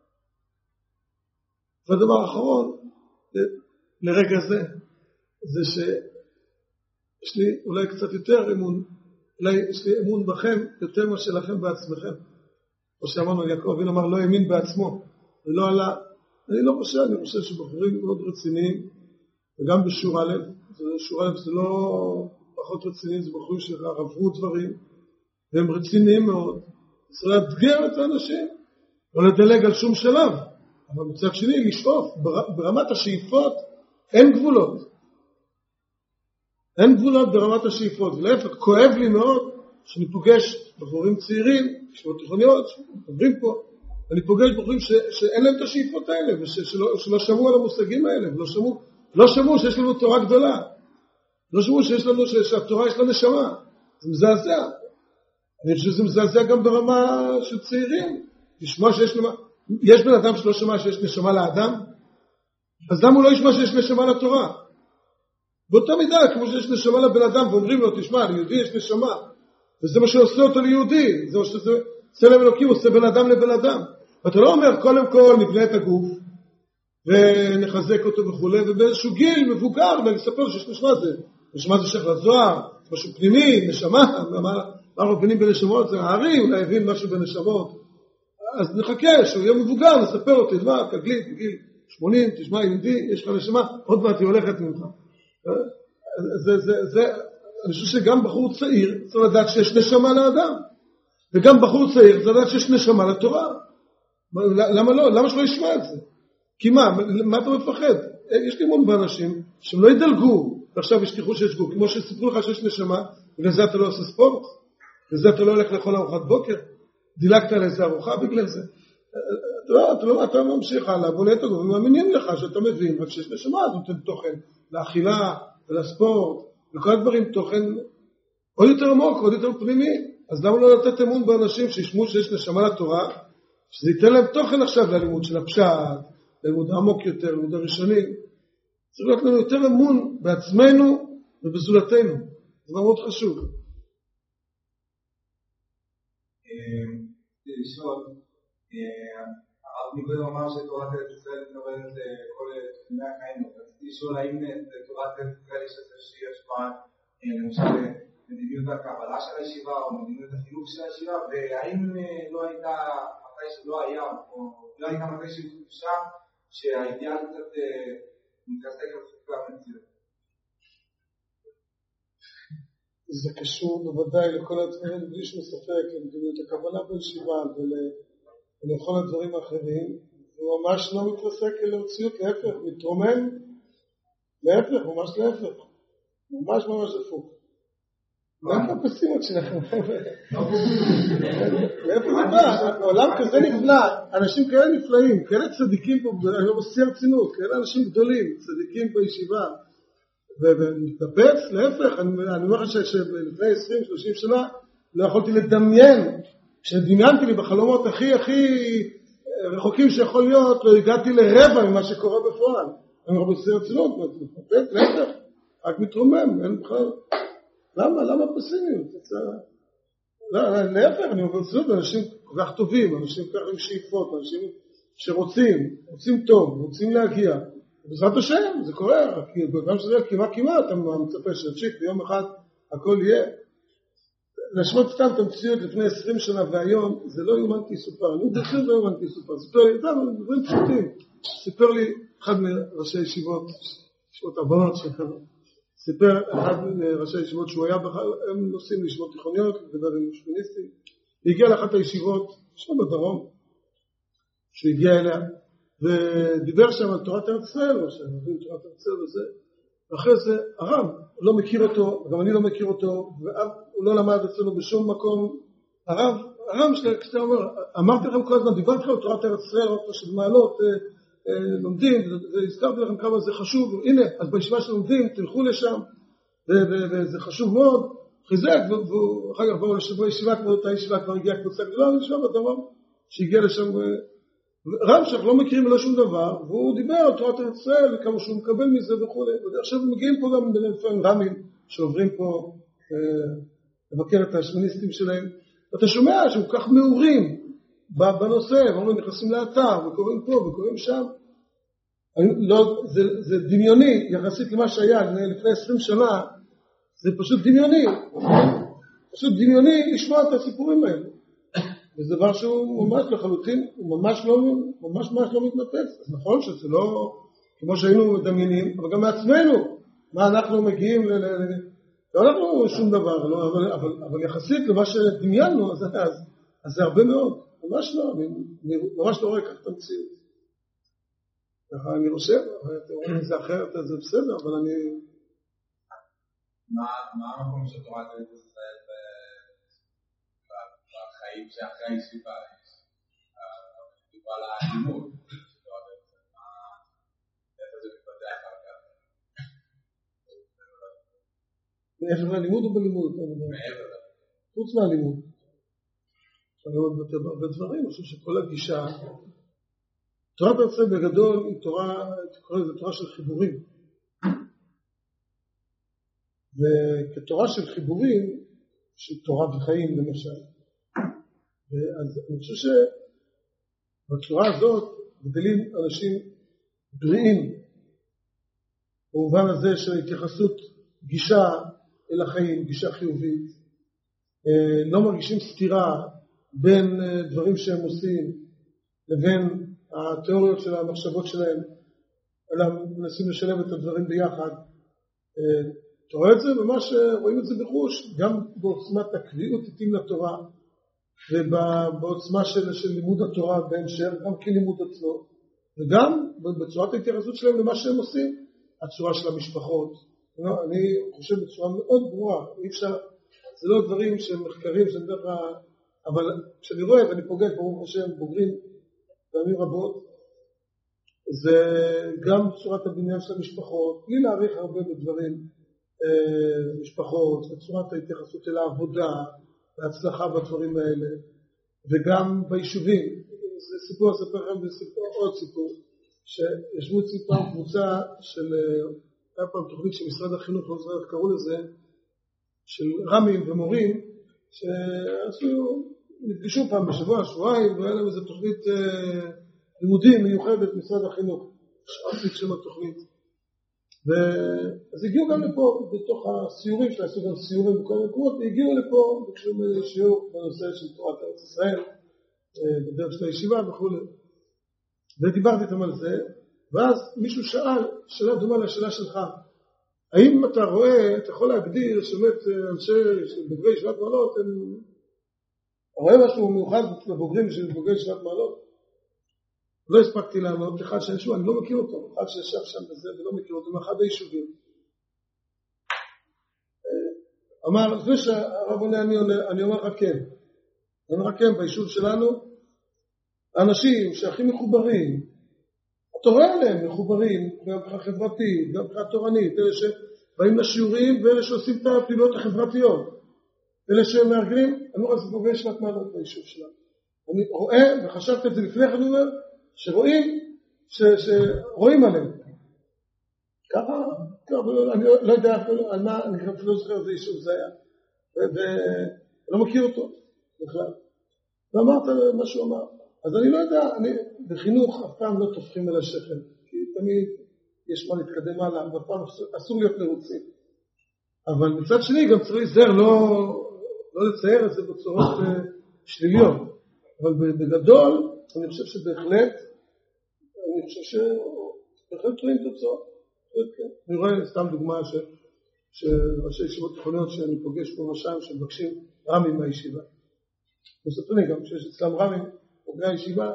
והדבר האחרון, לרגע זה, זה שיש לי אולי קצת יותר אמון, אולי יש לי אמון בכם יותר מה שלכם בעצמכם. כמו שאמרנו, יעקב אבינו אמר לא האמין בעצמו, ולא עלה. אני לא חושב, אני חושב שבחורים מאוד רציניים, וגם בשור א', שור א' זה לא פחות רציניים, זה בחורים שעברו דברים, והם רציניים מאוד. צריך לאתגר את האנשים, לא לדלג על שום שלב, אבל מצד שני לשאוף, ברמת השאיפות, אין גבולות. אין גבולות ברמת השאיפות, ולהפך, כואב לי מאוד שאני פוגש בחורים צעירים, ישיבות תיכוניות, שעוברים פה, אני פוגש בחורים ש, שאין להם את השאיפות האלה, ושלא שלא שמעו על המושגים האלה, ולא שמעו, לא שמעו שיש לנו תורה גדולה, לא שמעו שיש לנו, שהתורה יש לה נשמה, זה מזעזע. אני חושב שזה מזעזע גם ברמה של צעירים, לשמוע שיש נשמה, יש בן אדם שלא שמע שיש נשמה לאדם, אז למה הוא לא ישמע שיש נשמה לתורה? באותה מידה, כמו שיש נשמה לבן אדם, ואומרים לו, תשמע, ליהודי יש נשמה, וזה מה שעושה אותו ליהודי, זה מה שזה, צלם אלוקים עושה בין אדם לבין אדם. ואתה לא אומר, קודם כל נבנה את הגוף, ונחזק אותו וכו', ובאיזשהו גיל מבוגר, ואני אספר שיש נשמה זה, נשמה זה שייך לזוהר, משהו פנימי, נשמה, מה אנחנו מבינים בנשמות, זה הערים, אולי הבין משהו בנשמות, אז נחכה, שהוא יהיה מבוגר, נספר לו, תדמה, תגלית, בגיל שמונים, תשמע יהודי, יש לך נשמה, עוד מעט היא הולכת ממך. זה, זה, זה, אני חושב שגם בחור צעיר צריך לדעת שיש נשמה לאדם, וגם בחור צעיר צריך לדעת שיש נשמה לתורה. למה לא? למה שלא ישמע את זה? כי מה? מה אתה מפחד? יש לי מון באנשים שהם לא ידלגו, ועכשיו ישכחו שיש גוף, כמו שסיפרו לך שיש נשמה, ולזה אתה לא עושה ספורט, ולזה אתה לא הולך לאכול ארוחת בוקר, דילגת על איזה ארוחה בגלל זה. אתה לא, אתה ממשיך הלאה, בונה את הגוף, ומאמינים לך שאתה מבין, רק שיש נשמה, אז נותן תוכן לאכילה ולספורט, וכל הדברים תוכן עוד יותר עמוק, עוד יותר פנימי. אז למה לא לתת אמון באנשים שישמעו שיש נשמה לתורה, שזה ייתן להם תוכן עכשיו ללימוד של הפשט, ללימוד העמוק יותר, ללימוד הראשונים. צריך להיות לנו יותר אמון בעצמנו ובזולתנו. זה מאוד חשוב. לשאול, הרב מקודם אמר שתורת ארץ ישראל מתכוונת לכל תחומי החיים. רציתי לשאול האם לתורת ארץ ישראל יש איזושהי השפעה, למשל מדיניות הקבלה של הישיבה או מדיניות החינוך של הישיבה, והאם לא הייתה מתי שלא היה, או לא הייתה מתי שהתחושה שהאידיאל קצת מתרסק על חוקי המציאות. זה קשור בוודאי לכל הדברים, בלי שום ספק, למדיניות הקבלה בישיבה ולכל הדברים האחרים, הוא ממש לא מתרסק למציאות, להפך, מתרומם, להפך, ממש להפך, ממש ממש הפוך. מה הפסימות שלכם? להפך זה בא, העולם כזה נפלא, אנשים כאלה נפלאים, כאלה צדיקים פה, אני לא בשיא הרצינות, כאלה אנשים גדולים, צדיקים בישיבה, ומתנפץ, להפך, אני אומר לך שלפני עשרים שלושים שנה לא יכולתי לדמיין, כשדמיינתי לי בחלומות הכי הכי רחוקים שיכול להיות, לא הגעתי לרבע ממה שקורה בפועל. אני אומר בשיא הרצינות, מתנפץ, להפך, רק מתרומם, אין בכלל. למה? למה פסימיות? להפך, אני אומר ברצינות, אנשים כל כך טובים, אנשים כל כך עם שאיפות, אנשים שרוצים, רוצים טוב, רוצים להגיע. בעזרת השם, זה קורה, כי גם שזה כמעט כמעט, אתה מצפה שתשיק, ביום אחד הכל יהיה. לשמות סתם את המציאות לפני עשרים שנה והיום, זה לא יומן כי סופר, אני בכלל לא יומן כי סופר, סיפר לי, איתם, דברים פשוטים, סיפר לי אחד מראשי ישיבות, ישיבות הבנות שלנו, סיפר אחד מראשי ישיבות שהוא היה, הם נוסעים לישיבות תיכוניות, ודברים שמיניסטיים, והגיע לאחת הישיבות, שם בדרום, שהוא הגיע אליה, ודיבר שם על תורת ארץ ישראל, או שאני מבין תורת ארץ ישראל וזה, ואחרי זה הרב לא מכיר אותו, גם אני לא מכיר אותו, והוא לא למד אצלנו בשום מקום. הרב, הרב כשאתה אומר, אמרתי לכם כל הזמן, דיברתי לכם על תורת ארץ ישראל, עוד של מעלות, לומדים, והזכרתי לכם כמה זה חשוב, הנה, אז בישיבה שלומדים, תלכו לשם, וזה חשוב מאוד, חיזק, ואחר כך באו לשבוע ישיבה, כמו אותה ישיבה כבר הגיעה קבוצה גדולה, וישיבה בדרום, שהגיע לשם, רב שאנחנו לא מכירים לו שום דבר, והוא דיבר על תורת ארץ ישראל, וכמה שהוא מקבל מזה וכו'. עכשיו מגיעים פה גם לפעמים רמים, שעוברים פה אה, לבקר את השמיניסטים שלהם, ואתה שומע שהם כל כך מעורים בנושא, והם נכנסים לאתר, וקוראים פה וקוראים שם. לא, זה, זה דמיוני, יחסית למה שהיה לפני עשרים שנה, זה פשוט דמיוני, פשוט דמיוני לשמוע את הסיפורים האלה. וזה דבר שהוא ממש לחלוטין, הוא ממש לא, ממש ממש לא מתנפץ. אז נכון שזה לא, כמו שהיינו מדמיינים, אבל גם מעצמנו, מה אנחנו מגיעים ל... לא אנחנו שום דבר, לא, אבל, אבל, אבל יחסית למה שדמיינו, אז, אז, אז זה הרבה מאוד. ממש לא, אני, אני ממש לא רואה כך את המציאות. ככה אני חושב, אתם רואים את זה אחרת, אז זה בסדר, אבל אני... מה, מה המקום של תורת ארץ ישראל בחיים שאחרי הישיבה, על הלימוד, איפה זה מתפתח על כך? מעבר ללימוד או בלימוד? מעבר. חוץ מהלימוד. אני אומר הרבה דברים, אני חושב שכל הגישה, תורת ארץ ישראל בגדול היא תורה, תקרא לזה תורה של חיבורים. וכתורה של חיבורים, של תורה וחיים למשל, אז אני חושב שבתורה הזאת גדלים אנשים בריאים, במובן הזה של התייחסות גישה אל החיים, גישה חיובית, לא מרגישים סתירה בין דברים שהם עושים לבין התיאוריות של המחשבות שלהם, אלא מנסים לשלב את הדברים ביחד. אתה רואה את זה? ממש רואים את זה בחוש, גם בעוצמת הקביעות איתים לתורה, ובעוצמה של, של לימוד התורה בהמשך, גם כלימוד עצמו, וגם בצורת ההתייחסות שלהם למה שהם עושים, הצורה של המשפחות. אני חושב בצורה מאוד ברורה, אי אפשר, זה לא דברים שהם מחקרים, שאני דרך, אבל כשאני רואה ואני פוגש, ברוך השם, בוגרים פעמים רבות, זה גם צורת הבניין של המשפחות, בלי להעריך הרבה בדברים, משפחות, וצורת ההתייחסות אל העבודה, והצלחה בדברים האלה, וגם ביישובים, זה סיפור, אספר לכם בסיפור, עוד סיפור, שישבו אצלי פעם קבוצה של, היה פעם תוכנית של משרד החינוך, לא זוכר איך קראו לזה, של רמים ומורים, שעשו, נפגשו פעם בשבוע, שבועיים, והיה להם איזו תוכנית אה, לימודים מיוחדת במשרד החינוך, שעשית שם התוכנית. אז הגיעו גם לפה, בתוך הסיורים שעשו גם סיורים בכל המקומות, והגיעו לפה, ביקשו שיעור בנושא של תורת ארץ ישראל, בדרך של הישיבה וכו'. ודיברתי איתם על זה, ואז מישהו שאל, שאלה דומה לשאלה שלך, האם אתה רואה, אתה יכול להגדיר שבאמת אנשי בוגרי ישיבת מעלות, הם רואה משהו מיוחד לבוגרים של בוגרי ישיבת מעלות? לא הספקתי לענות, אחד שישו, אני לא מכיר אותו, אחד שישב שם בזה ולא מכיר אותו, מאחד היישובים. אמר, לפני שהרב עונה, אני, אני אומר לך כן. אני אומר לך כן, ביישוב שלנו, האנשים שהכי מחוברים, אתה רואה עליהם מחוברים, גם מבחינה חברתית, גם מבחינה תורנית, אלה שבאים לשיעורים ואלה שעושים את הפעילות החברתיות. אלה שמארגנים, אני לא רואה זה בוגרי ישיבת מעלות ביישוב שלנו. אני רואה, וחשבתי את זה לפני כן, אני אומר, שרואים, שרואים עליהם. ככה, אני לא יודע על מה, אני לא זוכר איזה יישוב זה היה, ולא מכיר אותו בכלל. ואמרת מה שהוא אמר. אז אני לא יודע, אני בחינוך אף פעם לא תופכים אל השכם, כי תמיד יש מה להתקדם הלאה, ואף פעם אסור להיות מרוצים. אבל מצד שני גם צריך להיזהר לא, לא לצייר את זה בצורות שליליות. אבל בגדול, אני חושב שבהחלט, אני חושב שבהחלט רואים תוצאות. אני רואה סתם דוגמה ש, שראשי ישיבות תיכוניות שאני פוגש פה משם, שמבקשים רמים מהישיבה. מספרים גם שיש אצלם רמים, פוגעי הישיבה,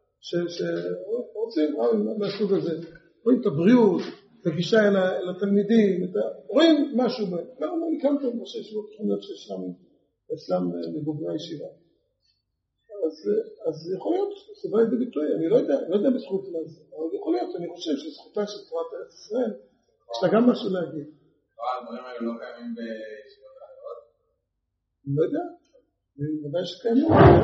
שרוצים רמים מהסוג הזה. רואים את הבריאות, את הגישה אל, אל התלמידים, את ה... רואים משהו בהם. גם אני קמתם ראשי ישיבות תיכוניות שאצלם, אצלם מבוגרי הישיבה. אז, אז יכול להיות, זה בא לידי ביטוי, אני לא יודע, לא יודע בזכות לזה, אבל יכול להיות, אני חושב שזכותה של תורת ארץ ישראל, יש לה גם משהו להגיד. הדברים האלה לא קיימים בישיבות אחרות? אני לא יודע, אני ודאי שקיימים,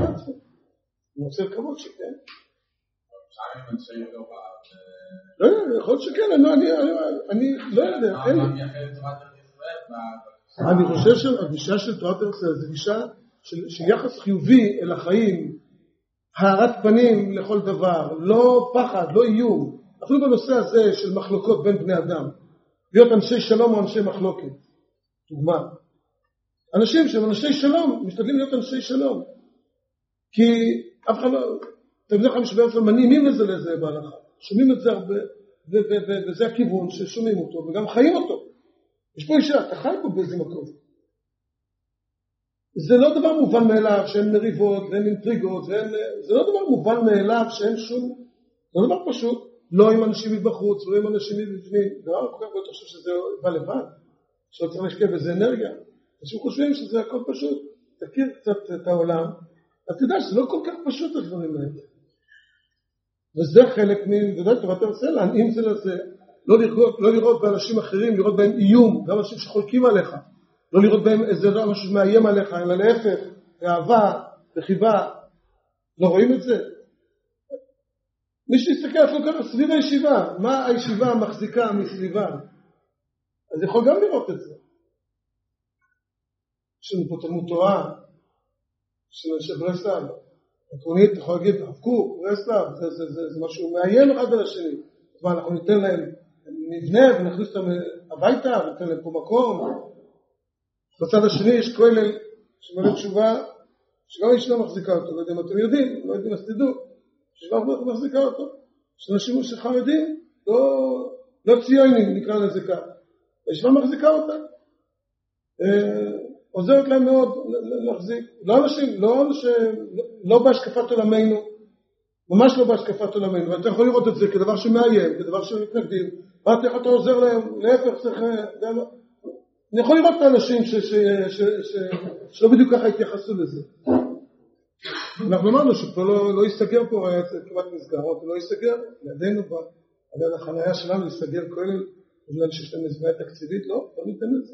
אני רוצה לקוות שכן. שם הם אנשי תורה. לא יודע, יכול להיות שכן, אני לא יודע. מה מייחד את תורת ארץ ישראל? אני חושב שהגישה של תורת ארץ ישראל זה גישה של, של יחס חיובי אל החיים, הארת פנים לכל דבר, לא פחד, לא איום, אפילו בנושא הזה של מחלוקות בין בני אדם, להיות אנשי שלום או אנשי מחלוקת. דוגמה, אנשים שהם אנשי שלום, משתדלים להיות אנשי שלום, כי אף אחד לא, אתם יודעים לך שבעצם מניעים לזה לזה בהלכה, שומעים את זה הרבה, וזה הכיוון ששומעים אותו, וגם חיים אותו. יש פה אישה, אתה חי פה באיזה מקום. זה לא דבר מובן מאליו שאין מריבות ואין אינטריגות, ואין, זה לא דבר מובן מאליו שאין שום, זה לא דבר פשוט, לא עם אנשים מבחוץ, לא עם אנשים מבפנים, דבר כל כך לא חושב שזה בא לבד, שלא צריך להשקיע בזה אנרגיה, אנשים חושבים שזה הכל פשוט, תכיר קצת את העולם, אתה יודע שזה לא כל כך פשוט הדברים האלה, וזה חלק מדעת תורת ארץ ישראל, להנעים זה לזה, לא לראות, לא לראות באנשים אחרים, לראות בהם איום, גם אנשים שחולקים עליך, לא לראות בהם איזה לא משהו שמאיים עליך, אלא להפך, באהבה, בחיבה, לא רואים את זה? מי שיסתכל אפילו ככה סביב הישיבה, מה הישיבה מחזיקה מסביבה, אז יכול גם לראות את זה. יש לנו פה תלמוד תורה, של אנשי ברסלב, עקרונית, אתה יכול להגיד, תחבקו, ברסלב, זה, זה, זה, זה משהו מאיים אחד על השני, אז מה, אנחנו ניתן להם נבנה ונכניס אותם הביתה, וניתן להם פה מקום, בצד השני יש כולל שמלא תשובה, שגם הישיבה מחזיקה אותו, לא יודעים, אתם יודעים, לא יודעים, אז תדעו, הישיבה מחזיקה אותו, יש אנשים שחרדים, לא, לא ציונים, נקרא לזה כך, הישיבה מחזיקה אותה, אה, עוזרת להם מאוד להחזיק, לא אנשים, לא אנשים, לא בהשקפת עולמנו, ממש לא בהשקפת עולמנו, ואתה יכול לראות את זה כדבר שמאיים, כדבר שמתנגדים, ואת איך אתה עוזר להם, להפך צריך, אני יכול לראות את האנשים ש, ש, ש, ש, שלא בדיוק ככה התייחסו לזה. אנחנו אמרנו שפה לא, לא יסתגר פה, היה כמעט מסגרות, לא יסתגר, לידינו בה, על יד החנייה שלנו יסתגר כולל, בגלל שיש להם מזוויה תקציבית, לא, לא ניתן לזה.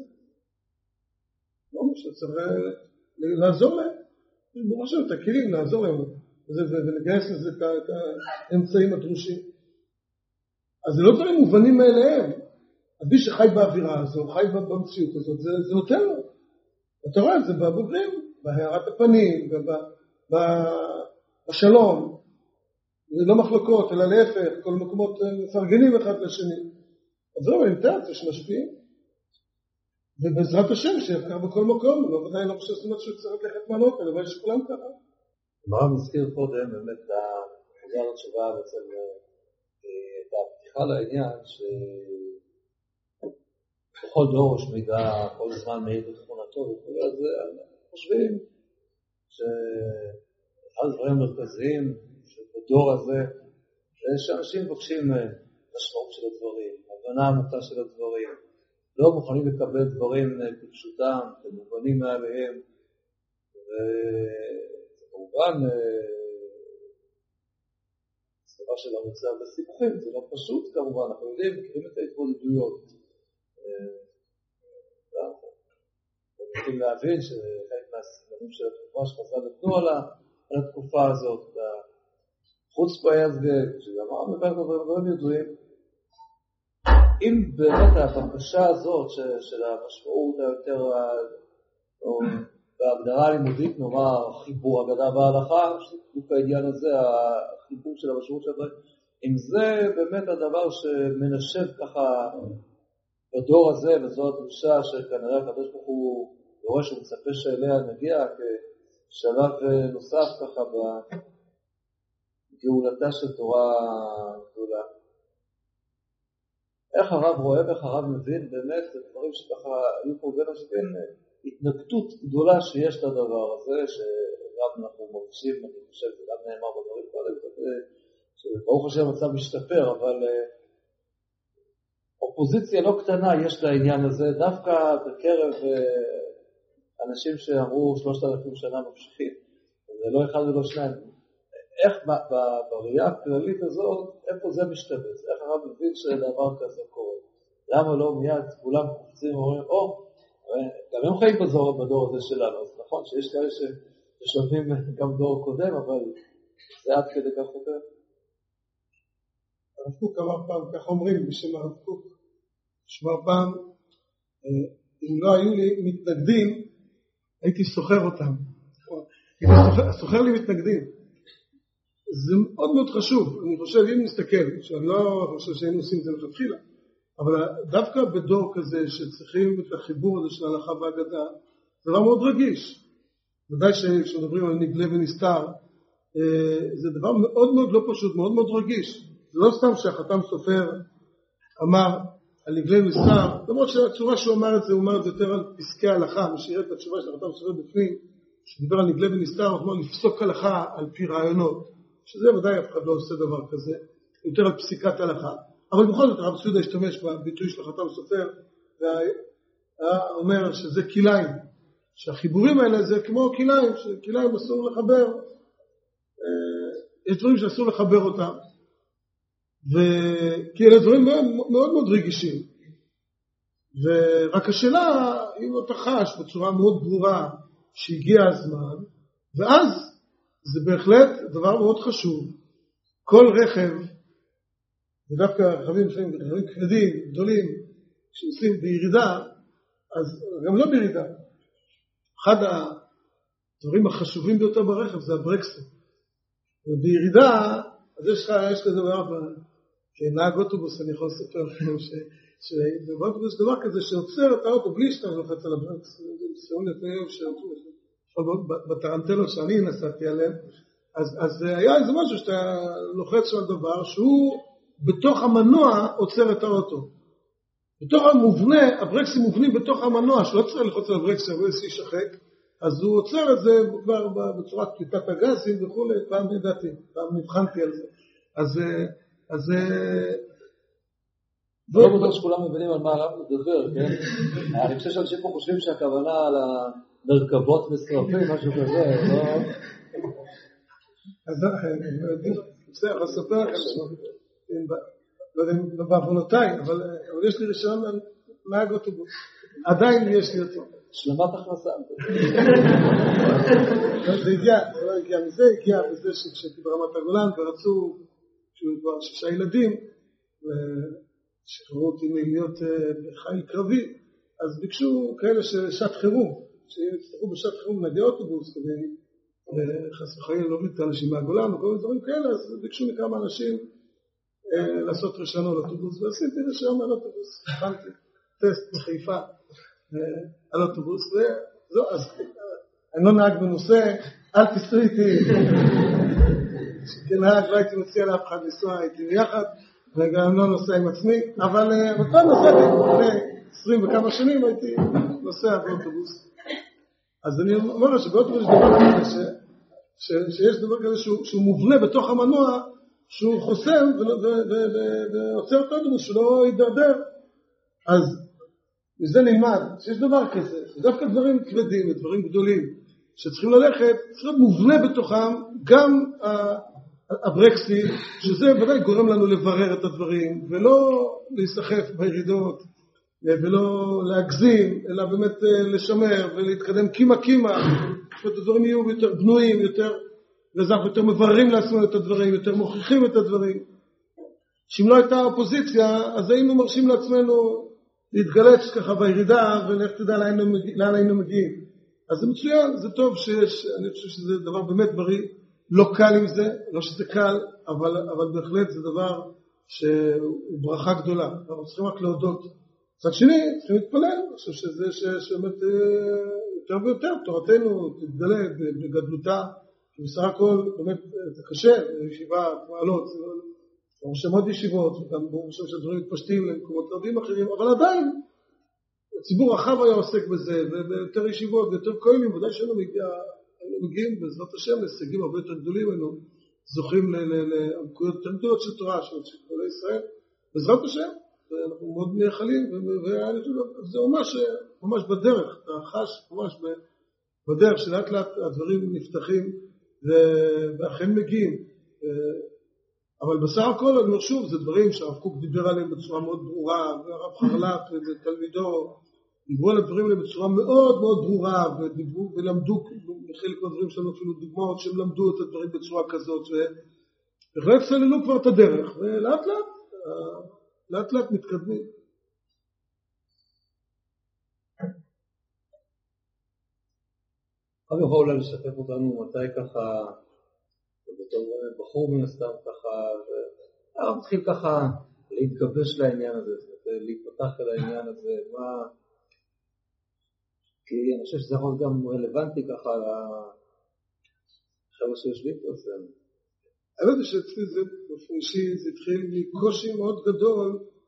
לא, שצריך לעזור להם, יש ברור שם את הכלים לעזור להם. ולגייס לזה את האמצעים הדרושים. אז זה לא דברים מובנים מאליהם. מי שחי באווירה הזו, חי במציאות הזאת, זה, זה נותן לו. אתה רואה את זה בבוגרים, בהערת הפנים, בשלום. זה לא מחלוקות, אלא להפך, כל מקומות מפרגנים אחד לשני. אז זהו, אינטרציה שמשפיעים. ובעזרת השם שיחקר בכל מקום, לא ודאי לא חושב זאת שהוא צריך לקחת מעלות, אלא אבל שכולם ככה. הרב מזכיר קודם באמת את החזר התשובה בעצם את הפתיחה לעניין שבכל דור יש מידע כל הזמן מעיד בתכונתו וכו', אז אנחנו חושבים שאחד הדברים המרכזיים שבדור הזה זה שאנשים מבקשים משמעות של הדברים, הבנה עמוקה של הדברים, לא מוכנים לקבל דברים כפשוטם, כמובנים מעליהם, וכמובן סליחה של הרוצה בסיפוחים, זה לא פשוט כמובן, אנחנו יודעים, מכירים את ההתמודדויות. אנחנו צריכים להבין שחלק מהסימנים של התקופה שחז"ל נתנו על התקופה הזאת, חוץ בהיזגג, שגם אמרנו דברים ידועים, אם באמת הבקשה הזאת של המשמעות היותר, או בהגדרה הלימודית, נאמר חיבור הגדה בהלכה, שבדיוק העניין הזה, החיבור של המשמעות של הדברים, אם זה באמת הדבר שמנשב ככה בדור הזה, וזו הדרישה שכנראה הקדוש ברוך הוא דורש ומצפה שאליה נגיע כשלב נוסף ככה בגאולתה של תורה גדולה. איך הרב רואה ואיך הרב מבין באמת דברים שככה היו פה בין השבין התנגדות גדולה שיש לדבר הזה, שגם אנחנו מרגישים, אני חושב, זה גם נאמר בדברים קודם, שברוך השם המצב משתפר, אבל אופוזיציה לא קטנה יש לעניין הזה, דווקא בקרב אנשים שאמרו שלושת אלפים שנה ממשיכים, זה לא אחד ולא שניים. איך בראייה הכללית הזאת, איפה זה משתבץ? איך הרב מבין שדבר כזה קורה? למה לא מיד כולם קופצים ואומרים, או, גם הם חיים בדור, בדור הזה שלנו, אז נכון שיש כאלה ששומעים גם דור קודם, אבל זה עד כדי כך יותר. הרב קוק אמר פעם, כך אומרים בשם הרב קוק, שמר פעם, אם לא היו לי מתנגדים, הייתי סוחר אותם. הייתי סוחר לי מתנגדים. זה מאוד מאוד חשוב, אני חושב, אם נסתכל, שאני לא חושב שהיינו עושים את זה לכתחילה, אבל דווקא בדור כזה שצריכים את החיבור הזה של ההלכה והאגדה, זה דבר מאוד רגיש. ודאי כשמדברים על נגלה ונסתר, זה דבר מאוד מאוד לא פשוט, מאוד מאוד רגיש. זה לא סתם שהחתם סופר אמר על נגלה ונסתר, למרות שהצורה שהוא אמר את זה, הוא אמר את זה יותר על פסקי ההלכה, משאיר את התשובה של החתם סופר בפנים, שדיבר על נגלה ונסתר, הוא אמר לפסוק הלכה על פי רעיונות. שזה ודאי אף אחד לא עושה דבר כזה, יותר על פסיקת הלכה. אבל בכל זאת, הרב סעודה השתמש בביטוי של החתם סופר, ואומר שזה כיליים, שהחיבורים האלה זה כמו כיליים, שכיליים אסור לחבר, יש דברים שאסור לחבר אותם, וכי אלה דברים מאוד מאוד, מאוד רגישים. ורק השאלה, אם אתה חש בצורה מאוד ברורה, שהגיע הזמן, ואז, זה בהחלט דבר מאוד חשוב. כל רכב, ודווקא רכבים רכבים כבדים, גדולים, שעושים בירידה, אז גם לא בירידה. אחד הדברים החשובים ביותר ברכב זה הברקסים. ובירידה, אז יש לך, יש כזה דבר, כנהג אוטובוס, אני יכול לספר לכם, שבאוטובוס יש דבר כזה שעוצר את האוטו בלי שאתה לוחץ על הברקס. זה ניסיון לפני יום שהאוטובוס. בטרנטלות שאני נסעתי עליהם, אז, אז היה איזה משהו שאתה לוחץ על דבר שהוא בתוך המנוע עוצר את האוטו. בתוך המובנה, הברקסים מובנים בתוך המנוע, שלא צריך ללחוץ על הברקס, אבל יש שחק, אז הוא עוצר את זה כבר בצורת פליטת הגזים וכו', פעם ידעתי, פעם נבחנתי על זה. אז, אז לא בטוח שכולם מבינים על מה הרב מדבר, כן? אני חושב שאנשים פה חושבים שהכוונה על המרכבות ושרפים, משהו כזה, לא? אז בסדר, אספר לכם, לא יודע אם בעוונותיי, אבל יש לי רישיון על נהג אוטובוס, עדיין יש לי אותו. השלמת הכנסה. זה הגיע, זה לא הגיע מזה, הגיע בזה שכשהייתי ברמת הגולן ורצו שהוא כבר שישה ילדים ושחררו אותי מלהיות בחיל קרבי, אז ביקשו כאלה ששעת חירום, שיצטרכו בשעת חירום נהגי אוטובוס כדי חס וחלילה להוריד את האנשים מהגולן וכל מיני דברים כאלה, אז ביקשו מכמה אנשים לעשות רישיון על אוטובוס, ועשיתי רישיון על אוטובוס, הכנתי טסט בחיפה על אוטובוס, וזהו, אז אני לא נהג בנושא, אל תסתרי איתי, שכנהג לא הייתי מציע לאף אחד לנסוע איתי ביחד, וגם לא נוסע עם עצמי, אבל בפעם נסעתי לפני עשרים וכמה שנים הייתי נוסע באוטובוס. אז אני אומר שבאוטובוס יש דבר כזה, שיש דבר כזה שהוא מובנה בתוך המנוע, שהוא חוסם ועוצר את האוטובוס, שלא יידרדר. אז מזה נלמד שיש דבר כזה, שדווקא דברים כבדים ודברים גדולים שצריכים ללכת, צריך להיות מובנה בתוכם גם הברקסים, שזה ודאי גורם לנו לברר את הדברים, ולא להיסחף בירידות, ולא להגזים, אלא באמת לשמר ולהתקדם קימה קימה, שאת הדברים יהיו יותר בנויים, יותר וזך, יותר מבררים לעצמנו את הדברים, יותר מוכיחים את הדברים. שאם לא הייתה אופוזיציה, אז היינו מרשים לעצמנו להתגלץ ככה בירידה, ולך תדע לאן היינו מגיעים. אז זה מצוין, זה טוב שיש, אני חושב שזה דבר באמת בריא, לא קל עם זה, לא שזה קל, אבל, אבל בהחלט זה דבר שהוא ברכה גדולה. אנחנו צריכים רק להודות. מצד שני, צריכים להתפלל, אני חושב שזה שבאמת יותר ויותר, תורתנו תתגלה בגדלותה, ובסך הכל באמת זה קשה, ישיבה, מעלות, ברור שמות ישיבות, וגם ברור שהדברים מתפשטים למקומות רבים אחרים, אבל עדיין הציבור רחב היה עוסק בזה, ויותר ישיבות ויותר כהנים, ודאי שאנו מגיעים בעזרת השם להישגים הרבה יותר גדולים, היינו זוכים לעמקויות יותר גדולות של תורה, של גדולי ישראל, בעזרת השם, ואנחנו מאוד מייחלים, וזה ממש, ממש בדרך, אתה חש ממש בדרך שלאט לאט הדברים נפתחים, ואכן מגיעים. אבל בסך הכל אני אומר שוב, זה דברים שהרב קוק דיבר עליהם בצורה מאוד ברורה, והרב חרל"פ ותלמידו דיברו על הדברים האלה בצורה מאוד מאוד ברורה, ודיברו ולמדו, בחלק מהדברים שלנו אפילו דוגמאות שהם למדו את הדברים בצורה כזאת, ובכלל סללו כבר את הדרך, ולאט לאט, לאט לאט מתקדמים. אני יכול אולי לשתף אותנו מתי ככה, בתור בחור מן הסתם ככה, והרב מתחיל ככה להתגבש לעניין הזה, להתפתח על העניין הזה, מה... כי אני חושב שזה יכול להיות גם רלוונטי ככה לחבר'ה שיושבים פה. האמת היא שאצלי זה באופן אישי, זה התחיל מקושי מאוד גדול,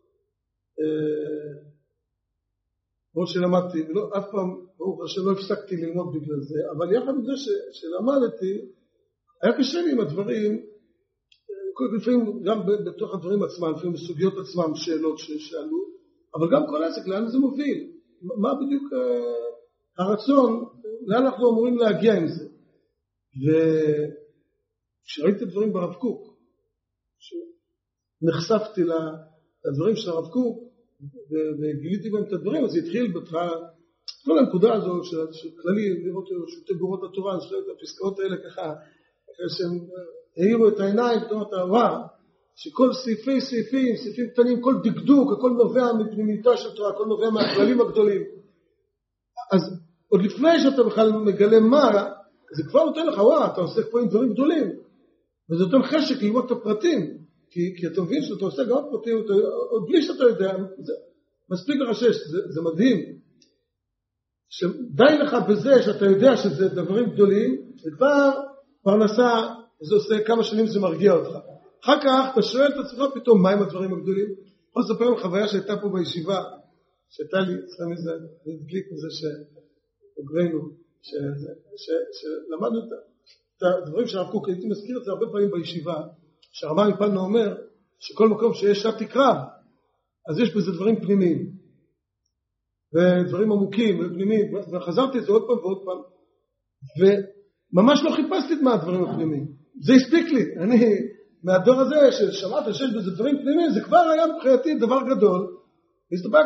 כמו שלמדתי, אף פעם, ברוך השם, לא הפסקתי ללמוד בגלל זה, אבל יחד עם זה שלמדתי, היה קשה לי עם הדברים, לפעמים גם בתוך הדברים עצמם, לפעמים בסוגיות עצמם, שאלות ששאלו, אבל גם כל עסק, לאן זה מוביל? מה בדיוק הרצון, לאן אנחנו אמורים להגיע עם זה? וכשראיתי את הדברים ברב קוק, שנחשפתי לדברים של הרב קוק, וגיליתי בהם את הדברים, אז זה התחיל בתחילה, כל הנקודה הזו של כללי, לראות שוטי גורות התורה, אני חושב את הפסקאות האלה ככה, אחרי שהם העירו את העיניים, פתאום אתה רואה, שכל סעיפי סעיפים, סעיפים קטנים, כל דקדוק, הכל נובע מפנימיתה של תורה, הכל נובע מהכללים הגדולים. אז עוד לפני שאתה בכלל מגלה מה, זה כבר נותן לך, וואה, אתה עוסק פה עם דברים גדולים, וזה נותן חשק ללמוד את הפרטים, כי, כי אתה מבין שאתה עושה גם פרטים, אתה, עוד בלי שאתה יודע, זה מספיק לך שש, זה, זה מדהים. שדי לך בזה שאתה יודע שזה דברים גדולים, וכבר פרנסה, זה עושה כמה שנים זה מרגיע אותך. אחר כך אתה שואל את עצמך פתאום, מה עם הדברים הגדולים? אני יכול לספר על חוויה שהייתה פה בישיבה, שהייתה לי, צריכה מזה, להדליק מזה שהוגרנו, שלמדנו את הדברים של הרב קוק, הייתי מזכיר את זה הרבה פעמים בישיבה, שהרמב"ם מפלנה אומר, שכל מקום שיש שעת קרב, אז יש בזה דברים פנימיים, ודברים עמוקים ופנימיים, וחזרתי את זה עוד פעם ועוד פעם, וממש לא חיפשתי את מה הדברים הפנימיים, זה הספיק לי, אני מהדור הזה ששמעת שיש בזה דברים פנימיים, זה כבר היה מבחינתי דבר גדול, והסתפקתי,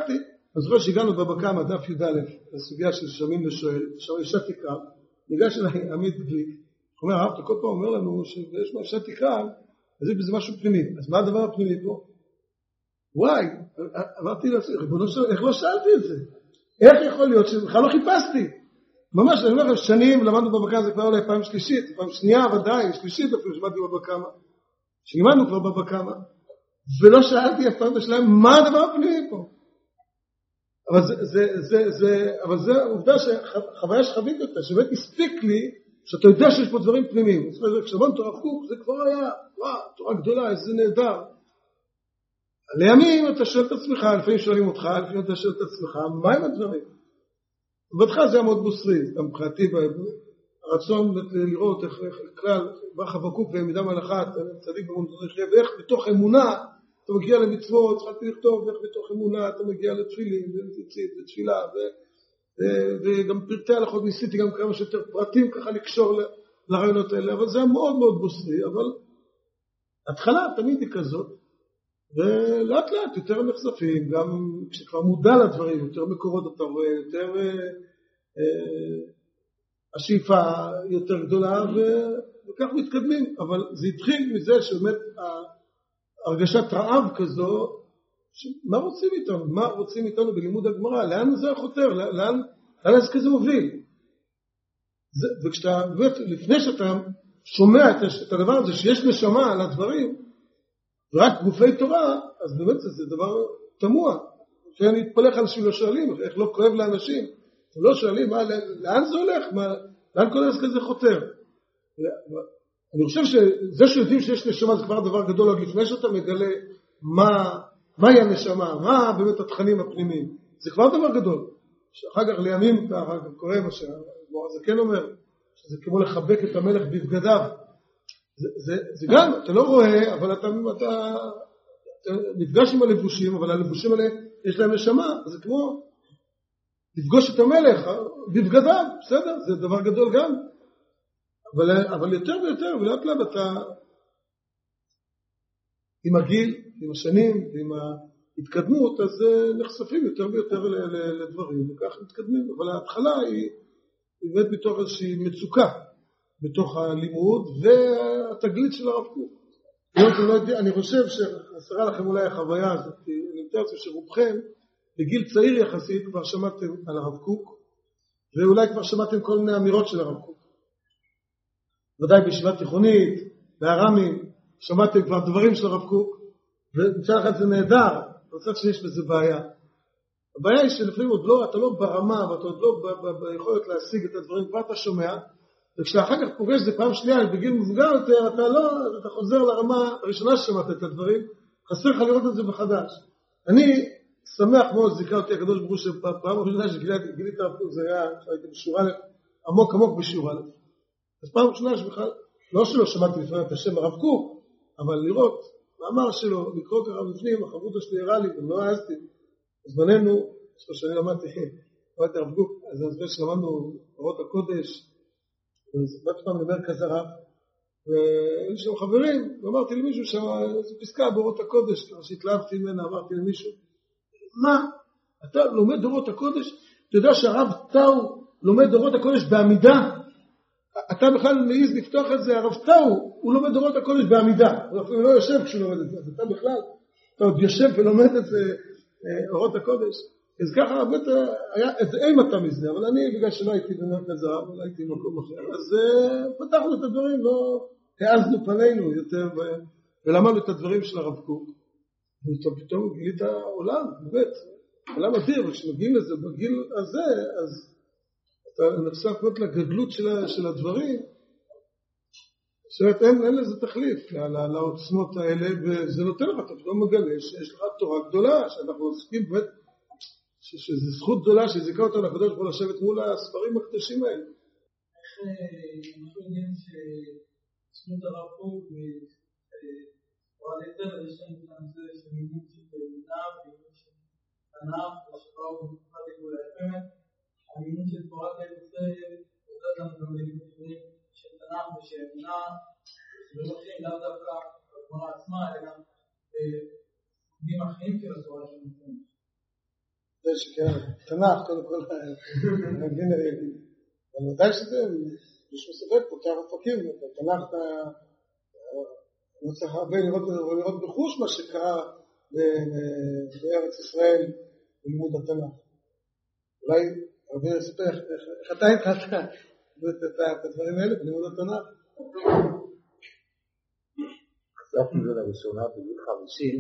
אני זוכר שהגענו בבא קמא, דף י"א, לסוגיה של שומעים ושואל, שם יש תקרא, ניגש אליי עמית גליק, הוא אומר, הרב, אתה כל פעם אומר לנו שיש מה אפשר תקרא, אז יש בזה משהו פנימי. אז מה הדבר הפנימי פה? וואי, אמרתי לעצמי, ריבונו של עולם, איך לא שאלתי את זה? איך יכול להיות שבכלל לא חיפשתי? ממש, אני אומר לכם, שנים למדנו בבא קמא, זה כבר אולי פעם שלישית, פעם שנייה ודאי, שלישית אפילו שמעתי בבא קמא, שלימדנו כבר בבא קמא, ולא שאלתי אף פעם בשלהם, מה הדבר הפנימי פה? אבל זה, זה, זה, זה, אבל זה עובדה שחוויה שחווית אותה, שבאמת הספיק לי, שאתה יודע שיש פה דברים פנימיים. כשלמדנו תורה קוק, זה כבר היה, וואו, תורה גדולה, איזה נהדר. לימים אתה שואל את עצמך, לפעמים שואלים אותך, לפעמים אתה שואל את עצמך, מה הם הדברים? ובתך זה היה מאוד בוסרי, גם מבחינתי, הרצון לראות איך כלל, ברח חבקוק ועמידה מלאכת, צדיק במונדות, ואיך בתוך אמונה, אתה מגיע למצוות, התחלתי לכתוב, ואיך בתוך אמונה אתה מגיע לתפילים, ולציצית, לתפילה, וגם פרטי הלכות ניסיתי גם כמה שיותר פרטים ככה לקשור לרעיונות האלה, אבל זה היה מאוד מאוד בוסרי, אבל התחלה תמיד היא כזאת, ולאט לאט יותר נחשפים, גם כשכבר מודע לדברים, יותר מקורות אתה רואה, יותר השאיפה יותר גדולה, וכך מתקדמים, אבל זה התחיל מזה שבאמת הרגשת רעב כזו, מה רוצים איתנו? מה רוצים איתנו בלימוד הגמרא? לאן זה חותר? לאן, לאן זה כזה מוביל? זה, וכשאתה, לפני שאתה שומע את, את הדבר הזה, שיש נשמה על הדברים, ורק גופי תורה, אז באמת זה, זה דבר תמוה. שאני אתפלח אנשים לא שואלים, איך לא כואב לאנשים, הם לא שואלים, מה, לאן זה הולך? מה, לאן כל זה כזה חותר? אני חושב שזה שיודעים שיש נשמה זה כבר דבר גדול, עוד לפני שאתה מגלה מה, מהי הנשמה, מה באמת התכנים הפנימיים. זה כבר דבר גדול. שאחר כך לימים, אחר כך קורא מה שזה כן אומר, שזה כמו לחבק את המלך בבגדיו. זה, זה, זה גם, אתה לא רואה, אבל אתה, אתה, אתה נפגש עם הלבושים, אבל הלבושים האלה יש להם נשמה, זה כמו לפגוש את המלך בבגדיו, בסדר, זה דבר גדול גם. אבל, אבל יותר ויותר, ולאט לאט אתה, עם הגיל, עם השנים, עם ההתקדמות, אז נחשפים יותר ויותר לדברים, וכך מתקדמים. אבל ההתחלה היא, היא באמת בתוך איזושהי מצוקה, בתוך הלימוד, והתגלית של הרב קוק. אני חושב שחסרה לכם אולי החוויה הזאת, כי אני מתאר לעצמי שרובכם, בגיל צעיר יחסית, כבר שמעתם על הרב קוק, ואולי כבר שמעתם כל מיני אמירות של הרב קוק. ודאי בישיבה תיכונית, בארמים, שמעתם כבר דברים של הרב קוק, ומצד אחד זה נהדר, מצד שיש בזה בעיה. הבעיה היא שלפעמים עוד לא, אתה לא ברמה, ואתה עוד לא ביכולת להשיג את הדברים, כבר אתה שומע, וכשאתה אחר כך פוגש זה פעם שנייה, בגיל מבוגר יותר, אתה לא, אתה חוזר לרמה הראשונה ששמעת את הדברים, חסר לך לראות את זה מחדש. אני שמח מאוד, זיכה אותי הקדוש ברוך הוא, שפעם הראשונה שגיליתי את הרב קוק, זה היה, שהייתי בשיעור א', עמוק עמוק בשיעור א'. אז פעם ראשונה שבכלל, לא שלא שמעתי לפני את השם הרב קוק, אבל לראות, מאמר שלו, לקרוא ככה בפנים, החברותא שלי הראה לי, ולא העזתי. אז בנינו, שאני למדתי, למדתי הרב קוק, אז אני חושב שלמדנו אורות הקודש, אז באתי פעם למרכז הרב, והיו שם חברים, ואמרתי למישהו שם, זו פסקה באורות הקודש, שהתלהבתי ממנה, אמרתי למישהו, מה? אתה לומד אורות הקודש? אתה יודע שהרב טאו לומד אורות הקודש בעמידה? אתה בכלל מעיז לפתוח את זה, הרב טאו, הוא לומד אורות הקודש בעמידה, הוא אפילו לא יושב כשהוא לומד את זה, אתה בכלל, אתה עוד יושב ולומד את זה, אורות הקודש. אז ככה באמת היה איזה אימתה מזה, אבל אני בגלל שלא הייתי במרכז הרב, לא הייתי במקום אחר, אז פתחנו את הדברים, לא העזנו פנינו יותר, ולמדנו את הדברים של הרב קוק, ופתאום גילית העולם, באמת, עולם אדיר, וכשמגיעים לזה בגיל הזה, אז אתה נחשף באמת לגדלות של הדברים, זאת אין, אין לזה תחליף לעוצמות האלה, וזה נותן לך, אתה פתאום מגלה שיש לך תורה גדולה, שאנחנו עוסקים באמת, שזו זכות גדולה שזיקה אותנו לקדוש ברוך הוא לשבת מול הספרים הקדושים האלה. איך אנחנו יודעים ששמות הרב קוק ופועל היטב, יש לנו כאן זה שמימות של מינה ומימות של תנ"ך ושבאו בתקופת הגאולה היפמת, המימות של תורת היוצא עוזרת לנו גם ללימודים של תנ"ך ושל מינה, שלא הולכים לאו דווקא בגמרא עצמה, אלא גם בלימודים אחרים של התורה של מימות. ודאי שכן, תנ"ך, קודם כל, המדינר יגיד. אבל ודאי שזה, מישהו ספק, פותח אופקים, תנ"ך אתה לא צריך הרבה לראות בחוש מה שקרה בארץ ישראל בלימוד התנ"ך. אולי הרבה לספר איך אתה התחלת את הדברים האלה בלימוד התנ"ך. חשבתי זה לראשונה בגיל חמישים.